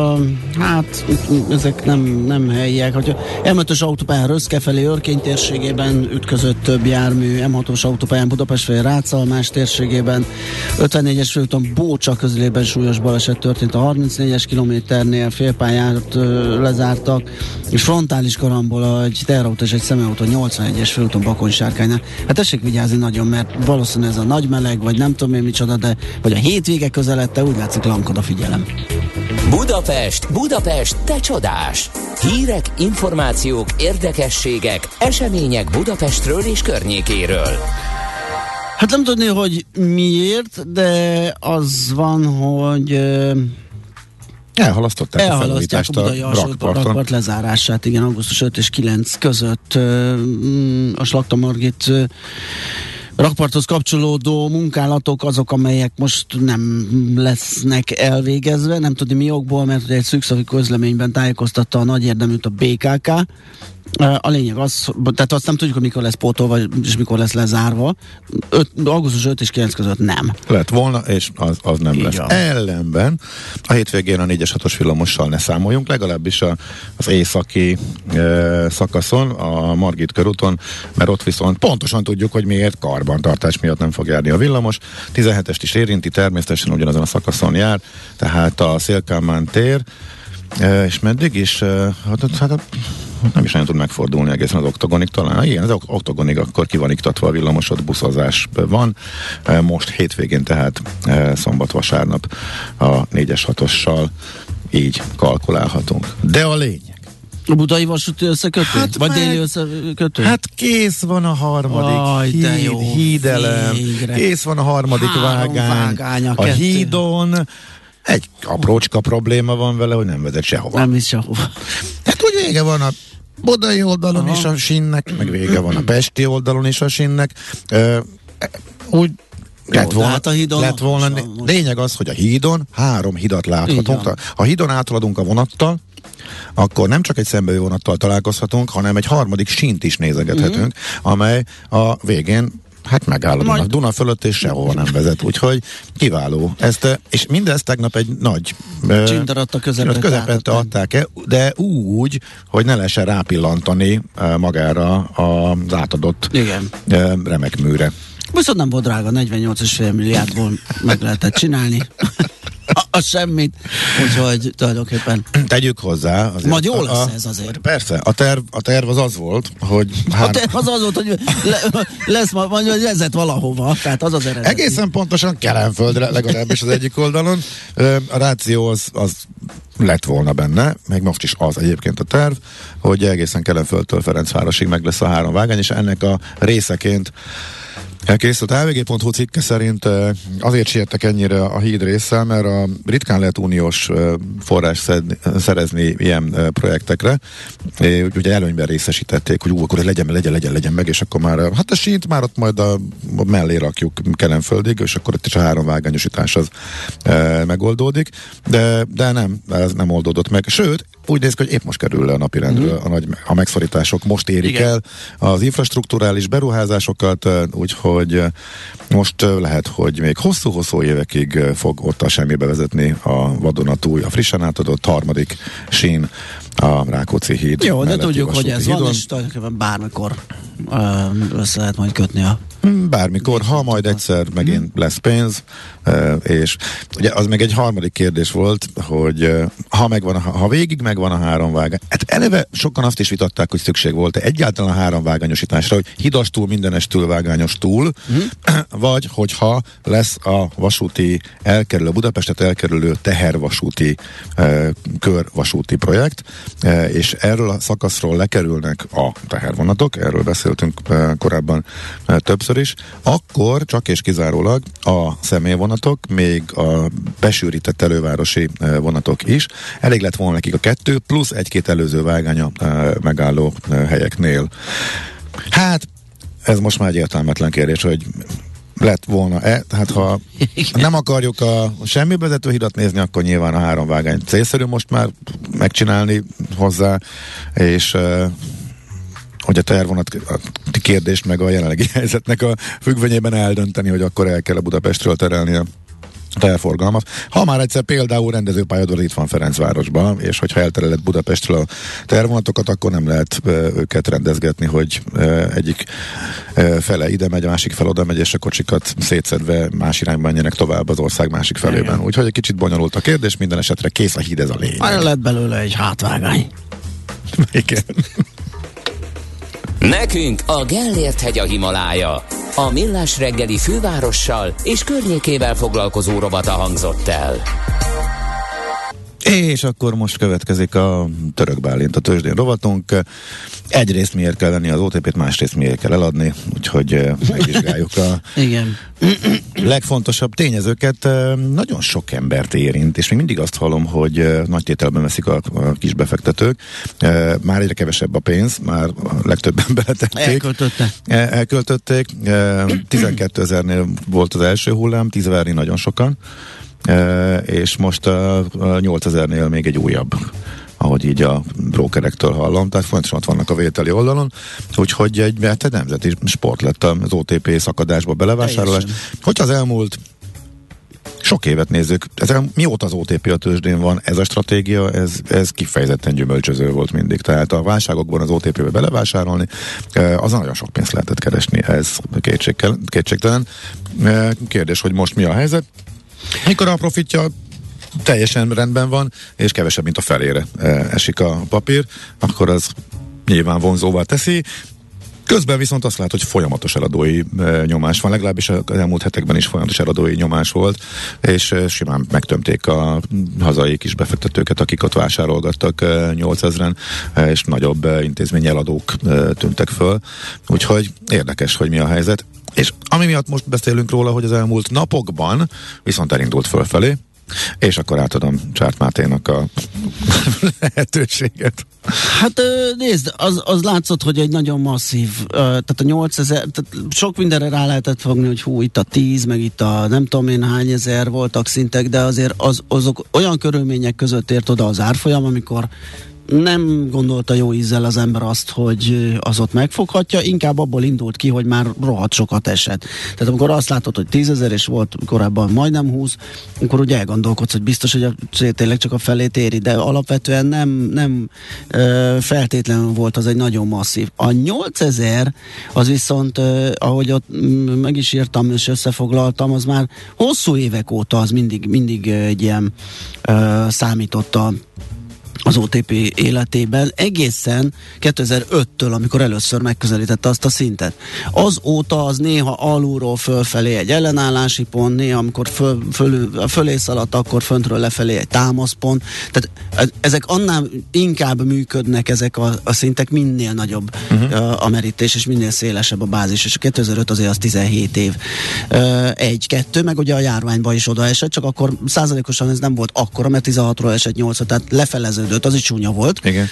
ezek nem helyiek. Hogyha M5-ös autópályán Röszke felé Örkény térségében ütközött több jármű, M6-os autópályán Budapest felé Rácalmás térségében, 54-es főúton Bócsa közelében súlyos baleset történt, a 34-es kilométernél félpályát lezártak, és frontális karambola egy teherautó és egy személyautó 81-es főúton Bakony-Sárkánynál. Hát tessék vigyázni nagyon, mert valószínűleg ez a nagy meleg, vagy nem tudom én micsoda, de vagy a hétvége közelette, úgy látszik lankad a figyelem. Budapest, te csodás! Hírek, információk, érdekességek, események Budapestről és környékéről. Hát nem tudni, hogy miért, de az van, hogy elhalasztották a felújítást a rakparton lezárását, igen, augusztus 5 és 9 között a Slakta Margit rakparthoz kapcsolódó munkálatok azok, amelyek most nem lesznek elvégezve, nem tudni mi okból, mert egy szűkszavú közleményben tájékoztatta a nagy érdeműt a BKK. A lényeg az, tehát azt nem tudjuk, hogy mikor lesz pótolva, és mikor lesz lezárva. Augusztus 5 és 9 között nem. Lett volna, és az nem így lesz. Van. Ellenben a hétvégén a 4-es 6-os villamossal ne számoljunk, legalábbis az északi szakaszon, a Margit körúton, mert ott viszont pontosan tudjuk, hogy miért karbantartás miatt nem fog járni a villamos. 17-est is érinti, természetesen ugyanazon a szakaszon jár, tehát a Széll-Kálmán tér, és meddig is, nem is nagyon tud megfordulni egészen az Oktogonig talán. Igen, az Oktogonig akkor ki van iktatva a villamosod, buszozás van. Most hétvégén, tehát szombat-vasárnap a 4-es 6-ossal így kalkulálhatunk. De a lényeg. A budai vasúti összekötő? Hát vagy déli összekötő? Hát kész van a harmadik hídelem, kész van a harmadik vágány a hídon. Egy aprócska probléma van vele, hogy nem vezet sehova. Nem is sehova. Hát úgy vége van a budai oldalon is a sínnek, meg vége van a pesti oldalon is a sínnek. Úgy lett volna. Lényeg az, hogy a hídon 3 hidat láthatunk. Ha hídon áthaladunk a vonattal, akkor nem csak egy szembejövő vonattal találkozhatunk, hanem egy harmadik sínt is nézegethetünk, amely a végén megáll a Duna fölött, és sehova nem vezet. Úgyhogy kiváló. És mindezt tegnap egy nagy csindaratta közepette adták el, de úgy, hogy ne lehessen rápillantani magára az átadott remek műre. Viszont nem volt drága, 48,5 milliárdból meg lehetett csinálni. A semmit. Úgyhogy tulajdonképpen tegyük hozzá. Azért, majd jó lesz ez azért. Persze, a terv az volt, hogy a terv az volt, hogy lesz majd vezet valahova. Tehát az eredeti. Egészen pontosan Kelenföldre, legalábbis az egyik oldalon. A ráció az lett volna benne, meg most is az egyébként a terv, hogy egészen Kelenföldtől Ferencvárosig meg lesz a 3 vágány, és ennek a részeként elkészült hvg.hu cikke szerint azért siettek ennyire a híd résszel, mert ritkán lehet uniós forrás szerezni ilyen projektekre. Ugye előnyben részesítették, hogy akkor legyen meg, és akkor már a sínt már ott majd mellé rakjuk Kelenföldig, és akkor itt is a 3 vágányosítás az megoldódik. De nem, ez nem oldódott meg. Sőt, úgy néz ki, hogy épp most kerül le a napirendről a megszorítások most érik el az infrastrukturális beruházásokat, úgyhogy úgyhogy most lehet, hogy még hosszú-hosszú évekig fog ott a semmibe vezetni a vadonatúj, a frissen átadott harmadik sín, a Rákóczi híd. Jó, de tudjuk, hogy ez hídon van, és tulajdonképpen bármikor össze lehet majd kötni a... Bármikor, ha majd egyszer megint lesz pénz, és ugye az meg egy harmadik kérdés volt, hogy ha végig megvan a 3 vágány, hát eleve sokan azt is vitatták, hogy szükség volt egyáltalán a 3 vágányosításra, hogy hidastúl, mindenestől, vágányos túl, vagy hogyha lesz a vasúti elkerülő, Budapestet elkerülő tehervasúti, körvasúti projekt, és erről a szakaszról lekerülnek a tehervonatok, erről beszéltünk korábban többször is, akkor csak és kizárólag a személyvonatok, még a besűrített elővárosi vonatok is, elég lett volna nekik a 2 plusz 1-2 előző vágánya megálló helyeknél. Hát, ez most már egy értelmetlen kérdés, hogy lett volna-e, tehát ha nem akarjuk a semmi vezető hidat nézni, akkor nyilván a 3 vágány célszerű most már megcsinálni hozzá, és hogy a tehervonat kérdést meg a jelenlegi helyzetnek a függvényében eldönteni, hogy akkor el kell a Budapestről terelni a teherforgalmat. Ha már egyszer például rendezőpályador itt van Ferencvárosban, és hogyha eltereled Budapestről a tehervonatokat, akkor nem lehet őket rendezgetni, hogy egyik fele ide megy, a másik fel oda megy, és a kocsikat szétszedve más irányban menjenek tovább az ország másik felében. Úgyhogy egy kicsit bonyolult a kérdés, minden esetre kész a híd, ez a lényeg. Már lett belőle egy hátvágány. Igen. Nekünk a Gellért-hegy a Himalája. A Millás reggeli fővárossal és környékével foglalkozó rovata hangzott el. És akkor most következik a Török Bálint, a tőzsdén rovatunk. Egyrészt miért kell venni az OTP-t, másrészt miért kell eladni, úgyhogy megvizsgáljuk a igen. legfontosabb tényezőket. Nagyon sok embert érint, és még mindig azt hallom, hogy nagy tételben veszik a kis befektetők. Már egyre kevesebb a pénz, már a legtöbben beletették. Elköltötték. 12 000-nél volt az első hullám, 10 000-nél nagyon sokan. És most a 8000-nél még egy újabb, ahogy így a brokerektől hallom, tehát fontosan ott vannak a vételi oldalon, úgyhogy egy nemzeti sport lett az OTP szakadásba belevásárolás. Hogyha az elmúlt sok évet nézzük, mióta az OTP a tőzsdén van, ez a stratégia, ez kifejezetten gyümölcsöző volt mindig. Tehát a válságokban az OTP-be belevásárolni, azon nagyon sok pénzt lehetett keresni, ez kétségtelen. Kérdés, hogy most mi a helyzet? Mikor a profitja teljesen rendben van, és kevesebb, mint a felére esik a papír, akkor az nyilván vonzóvá teszi. Közben viszont azt lát, hogy folyamatos eladói nyomás van, legalábbis az elmúlt hetekben is folyamatos eladói nyomás volt, és simán megtömték a hazai kis befektetőket, akik ott vásárolgattak 8000-en, és nagyobb intézményi eladók tűntek föl. Úgyhogy érdekes, hogy mi a helyzet. És ami miatt most beszélünk róla, hogy az elmúlt napokban viszont elindult fölfelé, és akkor átadom Csárt Máténak a lehetőséget. Hát nézd, az látszott, hogy egy nagyon masszív, tehát a 8000, tehát sok mindenre rá lehetett fogni, hogy hú, itt a 10, meg itt a nem tudom én hány ezer voltak szintek, de azért azok olyan körülmények között ért oda az árfolyam, amikor nem gondolta jó ízzel az ember azt, hogy az ott megfoghatja, inkább abból indult ki, hogy már rohadt sokat esett. Tehát amikor azt látod, hogy 10 000 és volt korábban majdnem 20, akkor ugye elgondolkodsz, hogy biztos, hogy tényleg csak a felét éri, de alapvetően nem feltétlenül volt az egy nagyon masszív. A 8000 az viszont, ahogy ott meg is írtam és összefoglaltam, az már hosszú évek óta az mindig egy ilyen számította az OTP életében, egészen 2005-től, amikor először megközelítette azt a szintet. Azóta az néha alulról fölfelé egy ellenállási pont, néha amikor fölé szaladt, akkor föntről lefelé egy támaszpont. Tehát ezek annál inkább működnek ezek a szintek, minél nagyobb a merítés, és minél szélesebb a bázis. És a 2005 azért az 17 év. 1-2, meg ugye a járványba is odaesett, csak akkor százalékosan ez nem volt akkora, mert 16-ról esett 8-ra, tehát lefeleződött, az is csúnya volt. Igen.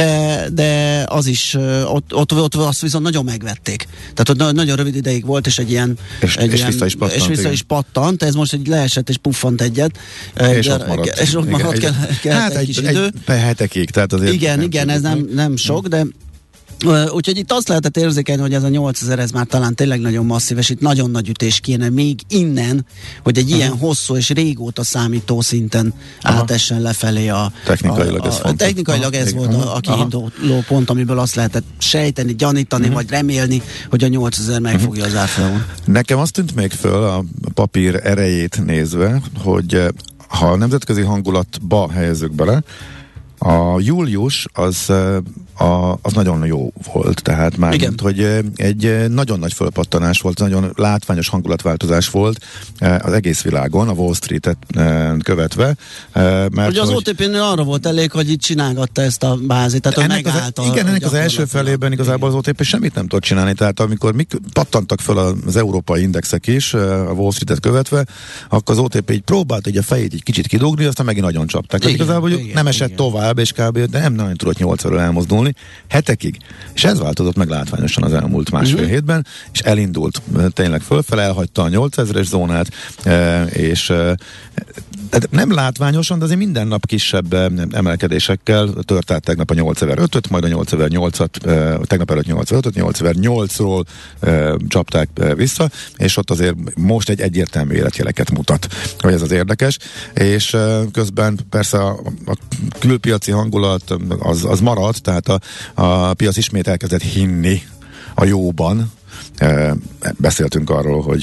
De az is, ott azt viszont nagyon megvették. Tehát ott nagyon rövid ideig volt, és egy ilyen... És vissza is pattant, ez most egy leesett, és puffant egyet. És ott maradt. És ott maradt, kell egy kis idő. Hetekig, tehát azért... Igen, ez nem sok, de Úgyhogy itt azt lehetett érzékelni, hogy ez a 8000, ez már talán tényleg nagyon masszív, és itt nagyon nagy ütés kéne még innen, hogy egy ilyen hosszú és régóta számító szinten átessen lefelé a... Technikailag ez volt a kiinduló pont, amiből azt lehetett sejteni, gyanítani, vagy remélni, hogy a 8000 megfogja az árfolyamon. Nekem azt tűnt még föl a papír erejét nézve, hogy ha a nemzetközi hangulatba helyezzük bele, a július az nagyon jó volt, tehát már mint, hogy egy nagyon nagy fölpattanás volt, nagyon látványos hangulatváltozás volt az egész világon, a Wall Street-et követve. Mert ugye az OTP-nél arra volt elég, hogy itt csinálgatta ezt a bázit, tehát megállt ennek az első felében igazából az OTP semmit nem tudott csinálni, tehát amikor pattantak föl az európai indexek is, a Wall Street-et követve, akkor az OTP így próbált így a fejét egy kicsit kidugni, aztán megint nagyon csapták. Igazából nem esett tovább, és kb. De nem nagyon tudott 8-ről elmozdulni hetekig. És ez változott meg látványosan az elmúlt másfél hétben, és elindult tényleg fölfele, elhagyta a 8000-es zónát, és nem látványosan, de azért minden nap kisebb emelkedésekkel tört át tegnap a 8005-öt, majd a 8008-at, tegnap előtt 85-öt, 8008-ról csapták vissza, és ott azért most egy egyértelmű életjeleket mutat, hogy ez az érdekes, és közben persze a külpiaci hangulat az maradt, tehát a piac ismét elkezdett hinni a jóban. Beszéltünk arról, hogy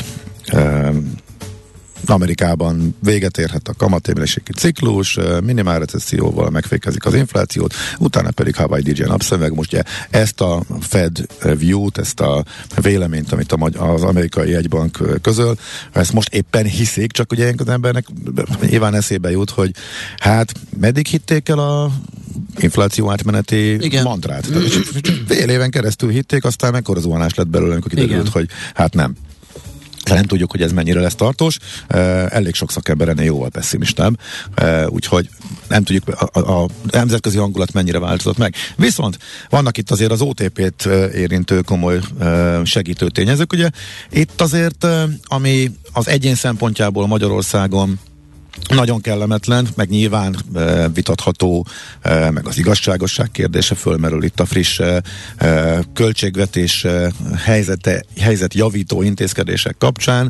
Amerikában véget érhet a kamatemelési ciklus, minimál recesszióval megfékezik az inflációt, utána pedig Hawaii DJ napszemeg. Most ezt a Fed view-t, ezt a véleményt, amit az amerikai jegybank közöl, ezt most éppen hiszik, csak ugye az embernek nyilván eszébe jut, hogy hát meddig hitték el a infláció átmeneti mantrát. Fél éven keresztül hitték, aztán mekkora zuhanás lett belőle, amikor kiderült, hogy hát nem. De nem tudjuk, hogy ez mennyire lesz tartós. Elég sok szakember ennél jóval pessimistább. Úgyhogy nem tudjuk, a nemzetközi hangulat mennyire változott meg. Viszont vannak itt azért az OTP-t érintő komoly segítő tényezők. Ugye itt azért, ami az egyén szempontjából Magyarországon nagyon kellemetlen, meg nyilván vitatható, meg az igazságosság kérdése fölmerül itt a friss költségvetés helyzetjavító intézkedések kapcsán.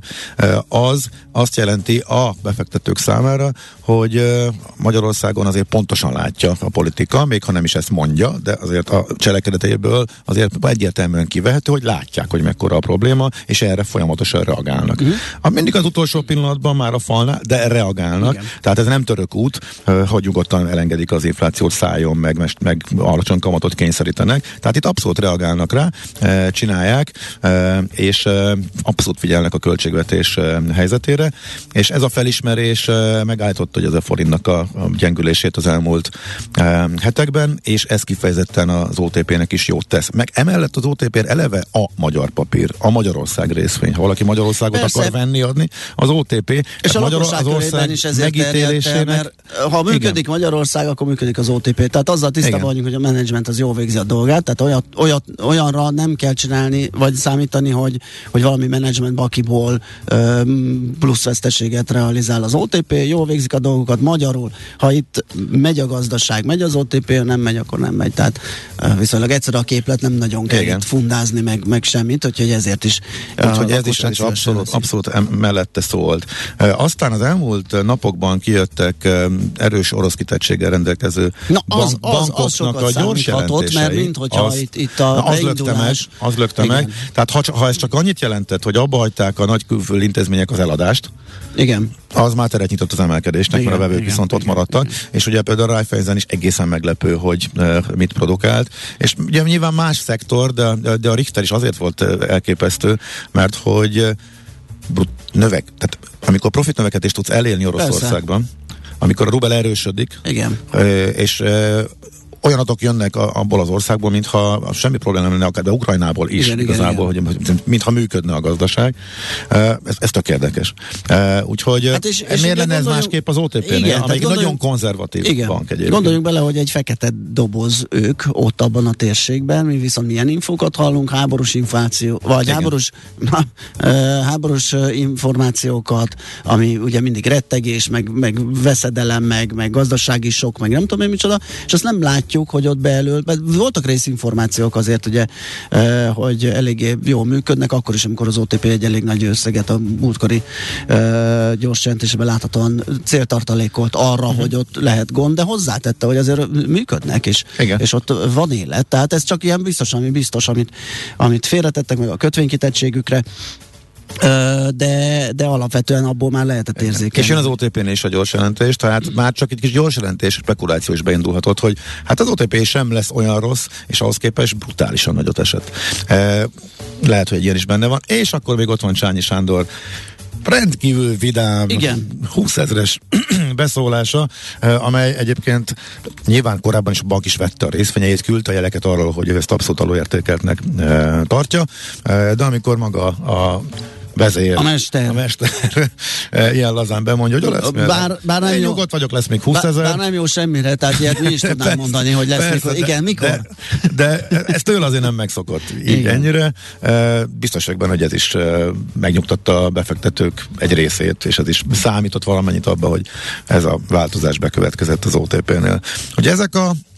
Azt jelenti a befektetők számára, hogy Magyarországon azért pontosan látja a politika, még ha nem is ezt mondja, de azért a cselekedetéből azért egyértelműen kivehető, hogy látják, hogy mekkora a probléma, és erre folyamatosan reagálnak. Mindig az utolsó pillanatban már a falnál, de reagálnak. Igen. Tehát ez nem török út, hogy nyugodtan elengedik az inflációt, szálljon meg alacsony kamatot kényszerítenek. Tehát itt abszolút reagálnak rá, csinálják, és abszolút figyelnek a költségvetés helyzetére, és ez a felismerés megállította, hogy ez a forintnak a gyengülését az elmúlt hetekben, és ez kifejezetten az OTP-nek is jót tesz. Meg emellett az OTP eleve a magyar papír, a Magyarország részvény. Ha valaki Magyarországot akar venni, adni, az OTP. És a lakosság körében is ezért terjedt, mert ha működik Magyarország, akkor működik az OTP. Tehát azzal tisztában vagyunk, hogy a menedzsment az jól végzi a dolgát, tehát olyanra nem kell csinálni, vagy számítani, hogy valami menedzsment bakiból plusz veszteséget realizál az OTP, jól végzik a dolgokat magyarul. Ha itt megy a gazdaság, megy az OTP, ha nem megy, akkor nem megy. Tehát viszonylag egyszerű a képlet, nem nagyon kell itt fundázni meg semmit, úgyhogy ezért is. Úgyhogy ez is abszolút mellette szólt. Aztán az elmúlt napokban kijöttek erős orosz kitettséggel rendelkező bankoknak a gyors jelentései. Mert minthogyha itt a beindulás... Az lökte meg. Tehát ha ez csak annyit jelentett, hogy abba hagyták a nagy külföldi intézmények az eladást, igen, az már teret nyitott az emelkedésnek, mert a vevők viszont ott maradtak, és ugye például a Raiffeisen is egészen meglepő, hogy mit produkált, és ugye nyilván más szektor, de a Richter is azért volt elképesztő, mert hogy tehát amikor profit növekedést tudsz elérni Oroszországban, amikor a rubel erősödik, és olyan adatok jönnek abból az országból, mintha semmi probléma nem lenne, akár de Ukrajnából is igazából, hogy mintha működne a gazdaság. Ez tök érdekes. Úgyhogy hát miért lenne ez másképp az OTP-nél, amelyik nagyon konzervatív bank egyébként. Gondoljunk bele, hogy egy fekete doboz ők ott abban a térségben, mi viszont milyen infókat hallunk, háborús infláció, vagy háborús információkat, ami ugye mindig rettegés, meg veszedelem, meg gazdasági sok, meg nem tudom én micsoda, és azt nem látjuk, látjuk, hogy ott belül, voltak részinformációk azért, ugye, hogy eléggé jól működnek, akkor is, amikor az OTP egy elég nagy összeget a múltkori gyors jelentésben láthatóan céltartalékolt arra, hogy ott lehet gond, de hozzátette, hogy azért működnek, és ott van élet. Tehát ez csak ilyen biztos, amit félretettek meg a kötvénykitettségükre, de alapvetően abból már lehetett érzékelni. És jön az OTP-nél is a gyors jelentés, tehát már csak egy kis gyors jelentés spekuláció is beindulhatott, hogy hát az OTP sem lesz olyan rossz, és ahhoz képest brutálisan nagyot esett. Lehet, hogy egy ilyen is benne van, és akkor még ott van Csányi Sándor rendkívül vidám, 20 000-es beszólása, amely egyébként nyilván korábban is a bank is vette a részvényeit, küldte a jeleket arról, hogy ő ezt abszolút alulértékeltnek tartja, de amikor maga a vezér, a mester ilyen lazán bemondja, hogy lesz bár nem én jó, nyugodt vagyok, lesz még 20 000. Bár nem jó semmire, tehát ilyet mi is tudnám mondani, hogy lesz mikor. Igen, mikor? De ez tőle azért nem megszokott így ennyire. Biztos vagyok benne, hogy ez is megnyugtatta a befektetők egy részét, és ez is számított valamennyit abba, hogy ez a változás bekövetkezett az OTP-nél. Hogy ezek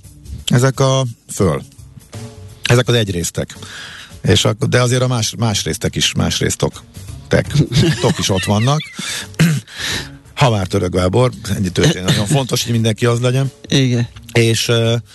az egyrésztek. De azért a más résztek is, más résztok is ott vannak. Ha már Török Gábor, ennyi történet, nagyon fontos, hogy mindenki az legyen. Igen. És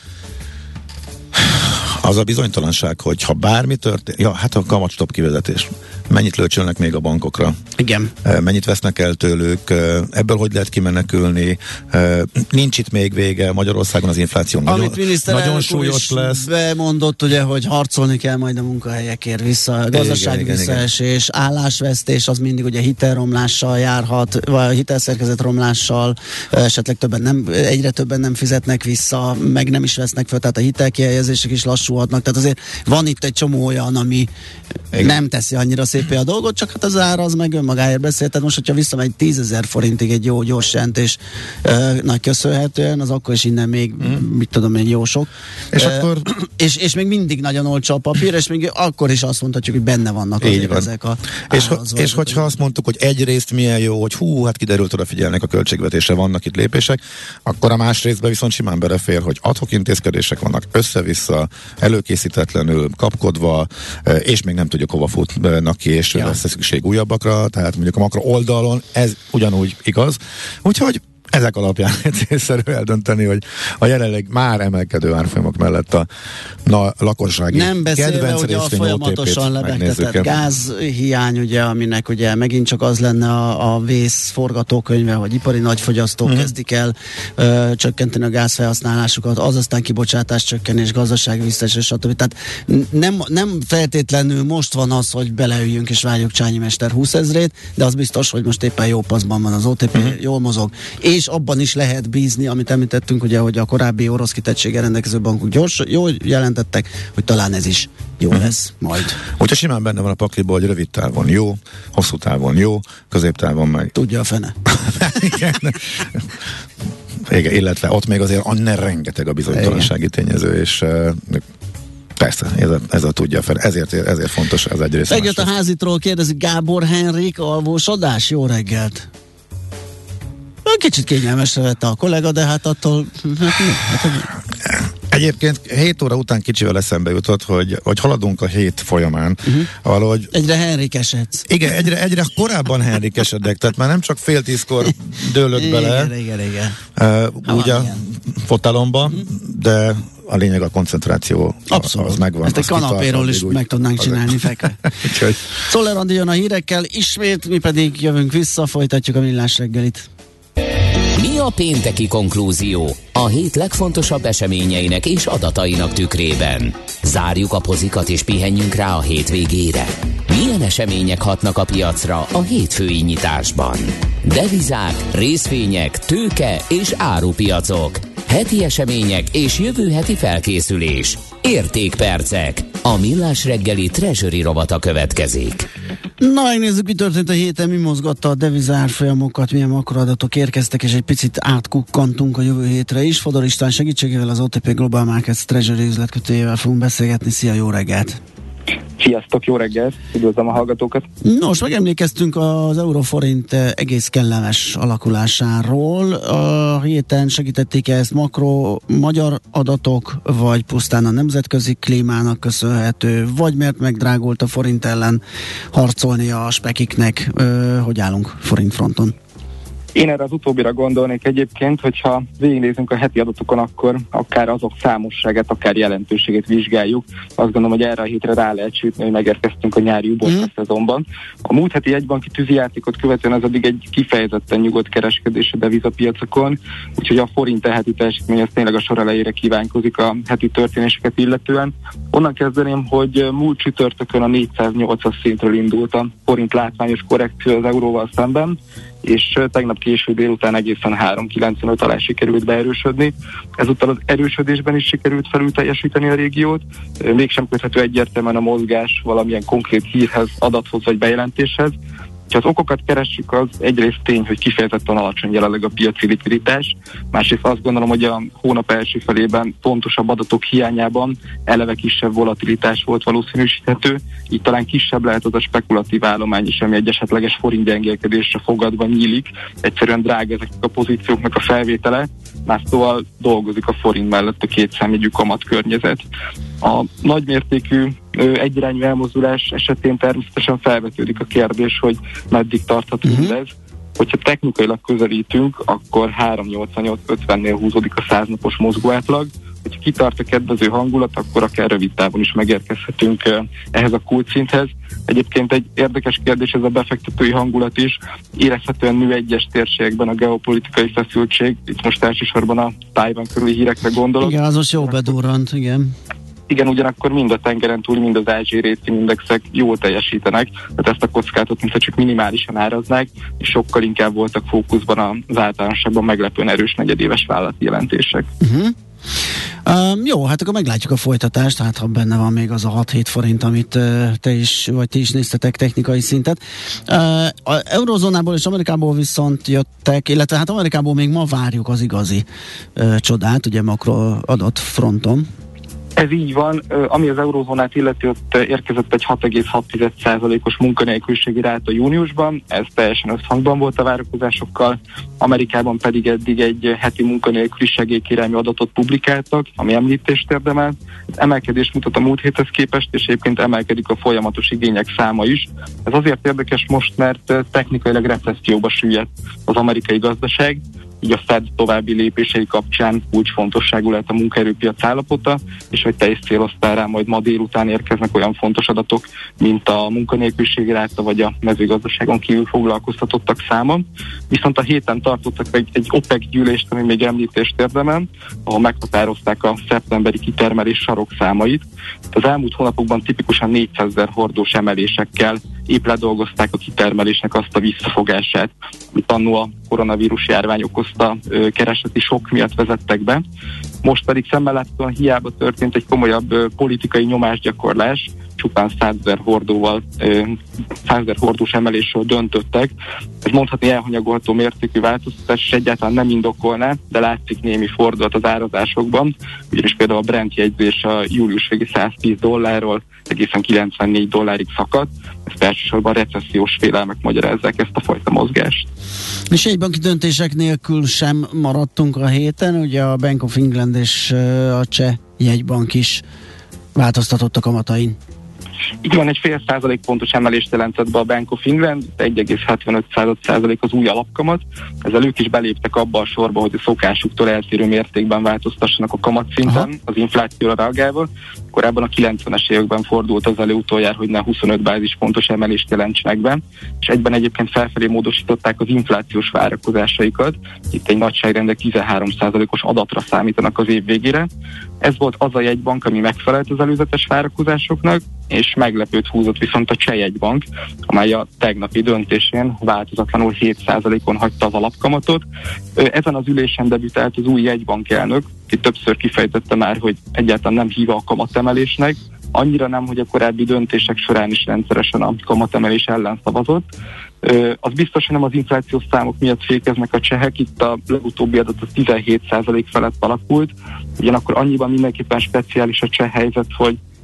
az a bizonytalanság, hogy ha bármi történik, hát a kamatstop kivezetés. Mennyit lőcsölnek még a bankokra? Igen. Mennyit vesznek el tőlük? Ebből hogy lehet kimenekülni? Nincs itt még vége. Magyarországon az infláció nagyon súlyos lesz. Bemondott ugye, hogy harcolni kell majd a munkahelyekért vissza. Gazdasági visszaesés, állásvesztés, az mindig ugye hitelromlással járhat, vagy hitelszerkezet romlással, esetleg egyre többen nem fizetnek vissza, meg nem is vesznek fel, tehát a hitelkihelyezések is lassulhatnak. Tehát azért van itt egy csomó olyan, ami nem teszi annyira szépé a dolgot, csak hát az ára az meg önmagáért beszél. Tehát most, hogyha visszamegy 10 000 forintig egy jó gyors jelentés nagy köszönhetően, az akkor is innen még, mit tudom én, jó sok. És akkor... és még mindig nagyon olcsó a papír, és még akkor is azt mondhatjuk, hogy benne vannak ezek a és hogyha azt mondtuk, hogy egyrészt milyen jó, hogy hát kiderült, odafigyelnek a költségvetésre, vannak itt lépések, akkor a más részben viszont simán belefér, hogy ad-hoc intézkedések vannak össze-vissza, előkészítetlenül, kapkodva, és még nem tudjuk hova futnak ki, és lesz szükség újabbakra, tehát mondjuk a makro oldalon ez ugyanúgy igaz. Úgyhogy ezek alapján célszerű eldönteni, hogy a jelenleg már emelkedő árfolyamok mellett a lakossági nem beszélve, hogy a folyamatosan lebegtetett gázhiány, ugye, aminek ugye megint csak az lenne a vész forgatókönyve, hogy ipari nagyfogyasztók kezdik el csökkenteni a gázfelhasználásukat, az aztán kibocsátás csökkenés, gazdasági visszaesés, stb. Tehát nem feltétlenül most van az, hogy beleüljünk és várjuk Csányi mester 20 000-ét, de az biztos, hogy most éppen jó paszban van az OTP, jól mozog. És abban is lehet bízni, amit említettünk, ugye, hogy a korábbi orosz kitettséggel rendelkező bankok jól jelentettek, hogy talán ez is jó lesz majd. Hogyha simán benne van a pakliból, hogy rövid távon jó, hosszú távon jó, középtávon meg... Tudja a fene. Igen, illetve ott még azért annál rengeteg a bizonytalansági tényező, és persze, ez a tudja fel. Ezért fontos ez egyrészt. Megjött a házitról, kérdezik Gábor Henrik, alvósodás, jó reggelt! Kicsit kényelmesre vette a kollega, de hát attól... Egyébként 7 óra után kicsivel eszembe jutott, hogy haladunk a hét folyamán. Valahogy... Egyre henrikesedsz. Igen, egyre korábban henrikesedek, tehát már nem csak 9:30 dőlök bele. Igen. Úgy a fotelomba, de a lényeg a koncentráció. Abszolút. Az megvan. Ezt egy kanapéról is meg tudnánk csinálni fekve. Czoller Andi jön a hírekkel, ismét mi pedig jövünk vissza, folytatjuk a Millás reggelit. Mi a pénteki konklúzió a hét legfontosabb eseményeinek és adatainak tükrében? Zárjuk a pozikat és pihenjünk rá a hétvégére. Milyen események hatnak a piacra a hétfői nyitásban? Devizák, részvények, tőke és árupiacok. Heti események és jövő heti felkészülés. Értékpercek. A Millás reggeli Treasury rovata következik. Na, megnézzük, mi történt a héten, mi mozgatta a devizárfolyamokat, milyen makroadatok érkeztek, és egy picit átkukkantunk a jövő hétre is. Fodor István segítségével, az OTP Global Markets Treasury üzletkötőjével fogunk beszélgetni. Szia, jó reggelt! Sziasztok, jó reggelt, üdvözlöm a hallgatókat. Nos, megemlékeztünk az euróforint egész kellemes alakulásáról. A héten segítették ezt makro magyar adatok, vagy pusztán a nemzetközi klímának köszönhető, vagy mert megdrágult a forint ellen harcolni a spekiknek. Hogy állunk forint fronton? Én erre az utóbbira gondolnék egyébként, hogyha végignézünk a heti adatokon, akkor akár azok számosságát, akár jelentőségét vizsgáljuk. Azt gondolom, hogy erre a hétre rá lehet sütni, hogy megérkeztünk a nyári uborka szezonban. A múlt heti jegybanki tűzijátékot követően az addig egy kifejezetten nyugodt kereskedés a devizapiacokon, úgyhogy a forint heti teljesítmény az tényleg a sor elejére kívánkozik a heti történéseket illetően. Onnan kezdeném, hogy múlt csütörtökön a 408-as szintről indult a forint látványos korrekció az euróval szemben, és tegnap késő délután egészen 3,95 alá sikerült beerősödni. Ezúttal az erősödésben is sikerült felül teljesíteni a régiót. Mégsem köthető egyértelműen a mozgás valamilyen konkrét hírhez, adathoz vagy bejelentéshez. Ha az okokat keressük, az egyrészt tény, hogy kifejezetten alacsony jelenleg a piaci likviditás. Másrészt azt gondolom, hogy a hónap első felében fontosabb adatok hiányában eleve kisebb volatilitás volt valószínűsíthető. Így talán kisebb lehet az a spekulatív állomány is, ami egy esetleges forint gyengélkedésre fogadva nyílik. Egyszerűen drága ezeknek a pozícióknak a felvétele, más szóval dolgozik a forint mellett a kétszámjegyű kamatkörnyezet. A nagymértékű egyirányú elmozdulás esetén természetesen felvetődik a kérdés, hogy meddig tarthat mindez. Hogyha technikailag közelítünk, akkor 3,88-50-nél húzódik a 100 napos mozgóátlag. Hogyha kitart a kedvező hangulat, akkor akár rövid távon is megérkezhetünk ehhez a kulcsszinthez. Egyébként egy érdekes kérdés ez a befektetői hangulat is. Érezhetően nő egyes térségekben a geopolitikai feszültség. Itt most elsősorban a Tájvan körüli hírekre gondolok. Igen, az most jó bedurrant, igen. Igen, ugyanakkor mind a tengeren túl, mind az ázsiai részi indexek jól teljesítenek, tehát ezt a kockázatot mintha csak minimálisan áraznák, és sokkal inkább voltak fókuszban az általánosságban meglepően erős negyedéves vállalati jelentések. Jó, hát akkor meglátjuk a folytatást, hát ha benne van még az a 6-7 forint, amit ti is néztetek technikai szintet. A eurozónából és Amerikából viszont jöttek, illetve hát Amerikából még ma várjuk az igazi csodát, ugye makro adat fronton. Ez így van, ami az eurózónát illeti, ott érkezett egy 6,6%-os munkanélküliségi ráta júniusban, ez teljesen összhangban volt a várakozásokkal, Amerikában pedig eddig egy heti munkanélküli segélykérelmi adatot publikáltak, ami említést érdemel. Emelkedés mutat a múlt héthez képest, és egyébként emelkedik a folyamatos igények száma is. Ez azért érdekes most, mert technikailag recesszióba süllyedt az amerikai gazdaság, így a Fed további lépései kapcsán kulcsfontosságú lehet a munkaerőpiac állapota, és hogy te is céloztál rá, majd ma délután érkeznek olyan fontos adatok, mint a munkanélküliségi ráta, vagy a mezőgazdaságon kívül foglalkoztatottak száma. Viszont a héten tartottak egy OPEC gyűlést, ami még említést érdemel, ahol meghatározták a szeptemberi kitermelés sarokszámait. Az elmúlt hónapokban tipikusan 400 000 hordós emelésekkel épp ledolgozták a kitermelésnek azt a visszafogását, amit annó a koronavírus járvány okozta keresleti sok miatt vezettek be. Most pedig szemmel láthatóan hiába történt egy komolyabb politikai nyomásgyakorlás, csupán 100 000 hordós emelésről döntöttek. Ez mondhatni elhanyagolható mértékű változtatás, és egyáltalán nem indokolná, de látszik némi fordulat az árazásokban, ugyanis például a Brent jegyzés a július végi $110 egészen $94 szakadt. Ezt elsősorban recessziós félelmek magyarázzák ezt a fajta mozgást. És jegybanki döntések nélkül sem maradtunk a héten, ugye a Bank of England és a Cseh jegybank is változtatott a kamatain. Így van, egy 0,5% pontos emelést jelentett be a Bank of England, 1,75% az új alapkamat. Ezzel ők is beléptek abba a sorba, hogy a szokásuktól eltérő mértékben változtassanak a kamatszinten, az inflációra reagálva. Korábban a 90-es években fordult az elő utoljára, hogy ne 25 bázispontos emelést jelentsenek be, és egyben egyébként felfelé módosították az inflációs várakozásaikat. Itt egy nagyságrendek 13%-os adatra számítanak az év végére. Ez volt az a jegybank, ami megfelelt az előzetes várakozásoknak, és meglepőt húzott viszont a Cseh jegybank, amely a tegnapi döntésén változatlanul 7%-on hagyta az alapkamatot. Ezen az ülésen debütált az új jegybank elnök, aki többször kifejtette már, hogy egyáltalán nem híva a kamatemelésnek, annyira nem, hogy a korábbi döntések során is rendszeresen a kamatemelés ellen szavazott. Az biztos, hogy nem az inflációs számok miatt fékeznek a csehek, itt a legutóbbi adat az 17% felett alakult, ugyanakkor annyiban mindenképpen speciális a cseh helyzet, hogy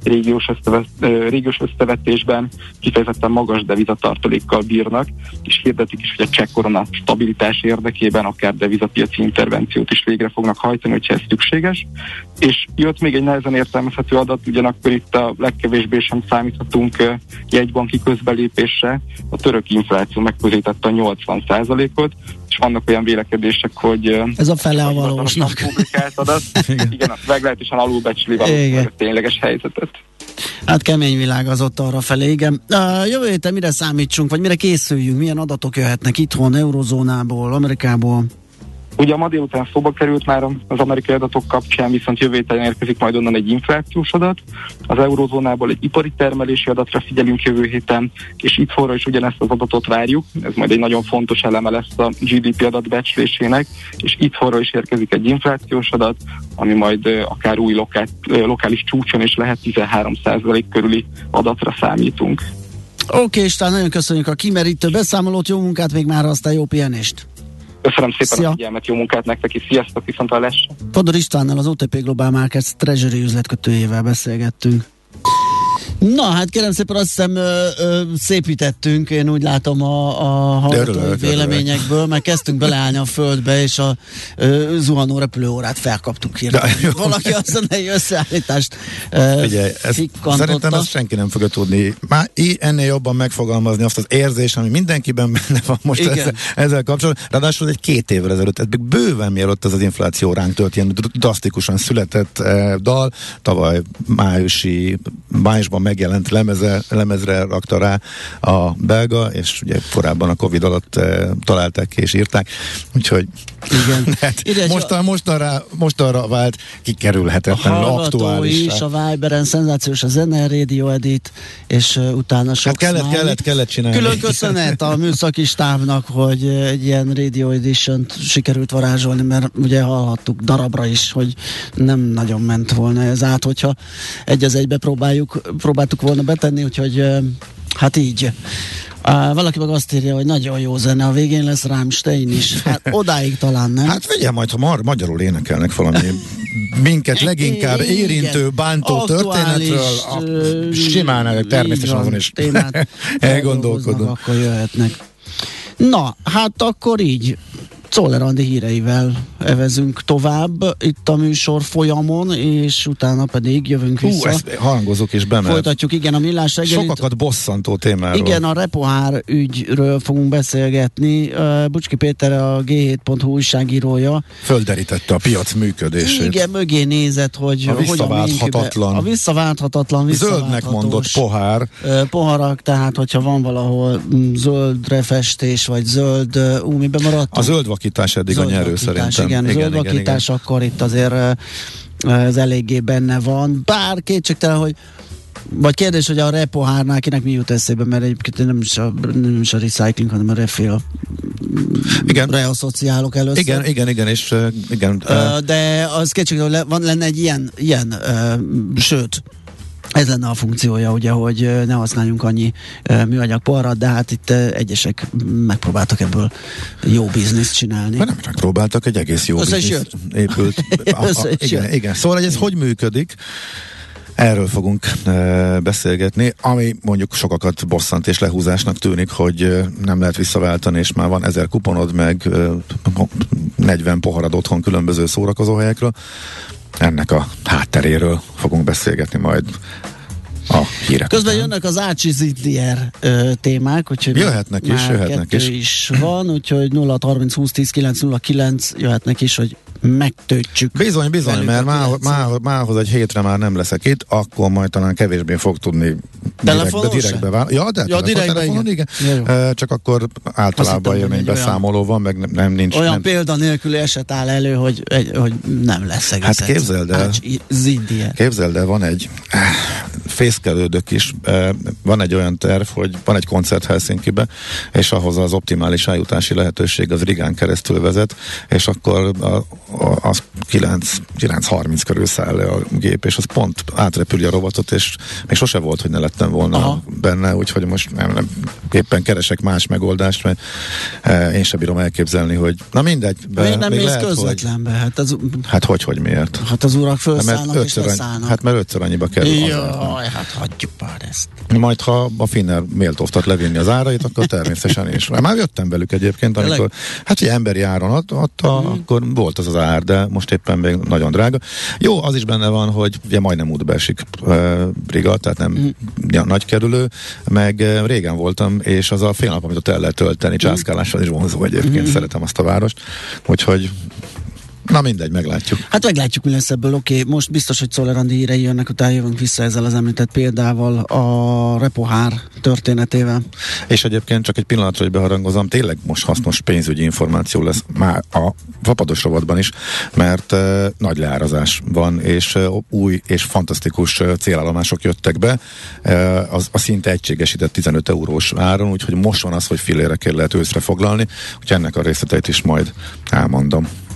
régiós összevetésben kifejezetten magas devizatartalékkal bírnak, és hirdetik is, hogy a cseh korona stabilitás érdekében akár devizapiaci intervenciót is végre fognak hajtani, hogyha ez szükséges. És jött még egy nehezen értelmezhető adat, ugyanakkor itt a legkevésbé sem számíthatunk jegybanki közbelépésre. A török infláció megközelítette a 80%-ot, és vannak olyan vélekedések, hogy ez a fele a valósnak. Publikált adat. Igen, az meglehetősen alulbecsli valószínűleg a tényleges helyzetet. Hát kemény világ az ott arra felé, igen. Jövő héten mire számítsunk, vagy mire készüljünk? Milyen adatok jöhetnek itthon, eurozónából, Amerikából? Ugye ma délután szóba került már az amerikai adatok kapcsán, viszont jövő héten érkezik majd onnan egy inflációs adat. Az eurozónából egy ipari termelési adatra figyelünk jövő héten, és itthonra is ugyanezt az adatot várjuk. Ez majd egy nagyon fontos eleme lesz a GDP adat becslésének, és itthonra is érkezik egy inflációs adat, ami majd akár új lokális csúcson is lehet 13% körüli adatra számítunk. Oké, István, nagyon köszönjük a kimerítő beszámolót, jó munkát még már, aztán jó pihenést! Köszönöm szépen a figyelmet, jó munkát nektek is, sziasztok, viszontlátásra! Fodor Istvánnal, az OTP Global Markets Treasury üzletkötőjével beszélgettünk. Na, hát kérem szépen, azt hiszem szépítettünk, én úgy látom a hallgatói véleményekből, mert kezdtünk beleállni a földbe, és a zuhanó repülőórát felkaptuk hirtelen. Valaki azt mondja, hogy összeállítást szerintem ezt senki nem fogja tudni. Már ennél jobban megfogalmazni azt az érzést, ami mindenkiben benne van most ezzel kapcsolatban. Ráadásul egy 2 évvel ezelőtt, bőven mielőtt ez az infláció ránk tört, ilyen drasztikusan született dal, tavaly májusban megjelent lemezre rakta rá a belga, és ugye korábban a Covid alatt találták és írták, úgyhogy hát mostanra vált kikerülhetetlenül aktuális. Is, a Viberen szenzációs a zene, Radio Edit, és utána sok kellett csinálni. Külön köszönet a műszaki stábnak, hogy egy ilyen Radio Edition-t sikerült varázsolni, mert ugye hallhattuk darabra is, hogy nem nagyon ment volna ez át, hogyha egy az egybe próbáltuk volna betenni, úgyhogy hát így. Valaki meg azt írja, hogy nagyon jó zene, a végén lesz Rammstein is. Hát odáig talán nem. Hát figyelj, majd ha magyarul énekelnek valami minket leginkább érintő, bántó történetről, simán természetesen azon is elgondolkodunk. Akkor jöhetnek. Na, hát akkor így. Czoller Andi híreivel evezünk tovább itt a műsor folyamon, és utána pedig jövünk vissza. Ezt hangozok is be, folytatjuk, igen, a Millás reggelit. Sokakat bosszantó témáról. Igen, a repohár ügyről fogunk beszélgetni. Bucski Péter, a G7.hu újságírója. Földerítette a piac működését. Igen, mögé nézett, hogy a visszaválthatatlan, zöldnek mondott pohár. Poharak, tehát hogyha van valahol zöldre festés, vagy zöld, miben maradt? A zöld vakítás eddig a nyerő szerintem. Igen, zöld vakítás, akkor itt azért ez eléggé benne van. Bár kétségtelen, hogy vagy kérdés, hogy a repohárnál kinek mi jut eszébe, mert egyébként nem is a recycling, hanem a refill. Igen. Reasszociálok először. Igen, és igen. De az kétségtelen, hogy lenne egy ilyen sőt, ez lenne a funkciója, ugye, hogy ne használjunk annyi műanyag poharat, de hát itt egyesek megpróbáltak ebből jó bizniszt csinálni. Nem megpróbáltak, egy egész jó biznisz épült. Igen. Szóval ez hogy működik? Erről fogunk beszélgetni, ami mondjuk sokakat bosszant és lehúzásnak tűnik, hogy nem lehet visszaváltani, és már van 1000 kuponod, meg 40 poharad otthon különböző szórakozóhelyekről. Ennek a hátteréről fogunk beszélgetni majd a hírek. Közben jönnek az Ácsi Zidlier témák, úgyhogy jöhetnek is van, úgyhogy 0630 20 10 909 jöhetnek is, hogy megtöltsük. Bizony, mert mához egy hétre már nem leszek itt, akkor majd talán kevésbé fog tudni direktbe válni. Telefonon, igen. Csak akkor általában élménybeszámoló van, meg nem nincs. Olyan példa nélküli eset áll elő, hogy nem lesz egész. Hát képzeld el, van egy fészkelődök is, van egy olyan terv, hogy van egy koncert Helsinkibe, és ahhoz az optimális eljutási lehetőség az Rigán keresztül vezet, és akkor az 9:30 körül száll le a gép, és az pont átrepüli a robotot, és még sose volt, hogy ne lettem volna benne, úgyhogy most nem éppen keresek más megoldást, mert én sem bírom elképzelni, hogy na mindegy. Miért nem mész közvetlenbe? Hát hogy miért? Hát az urak felszállnak és leszállnak. Hát mert 5-ször annyiba kerül. Jaj, hát hagyjuk már ezt. Majd, ha a Finnair méltóztat levinni az árait, akkor természetesen is. Már jöttem velük egyébként, amikor, hát ugye emberi áron adta, akkor volt az ár, de most éppen még nagyon drága. Jó, az is benne van, hogy ugye majdnem útba esik Riga, tehát nem nagy kerülő, meg régen voltam, és az a fél nap, amit ott el lehet tölteni, császkálással is vonzó egyébként, szeretem azt a várost, úgyhogy na mindegy, meglátjuk. Hát meglátjuk, mi lesz ebből, oké. Most biztos, hogy Czoller Andi hírei jönnek, utána jövünk vissza ezzel az említett példával, a repohár történetével. És egyébként csak egy pillanatra, hogy beharangozom, tényleg most hasznos pénzügyi információ lesz már a fapados rovatban is, mert nagy leárazás van, és új és fantasztikus célállomások jöttek be, a szinte egységesített 15 eurós áron, úgyhogy most van az, hogy fillérekkel lehet őszre foglalni, úgyhogy ennek a részleteit is majd elmondom.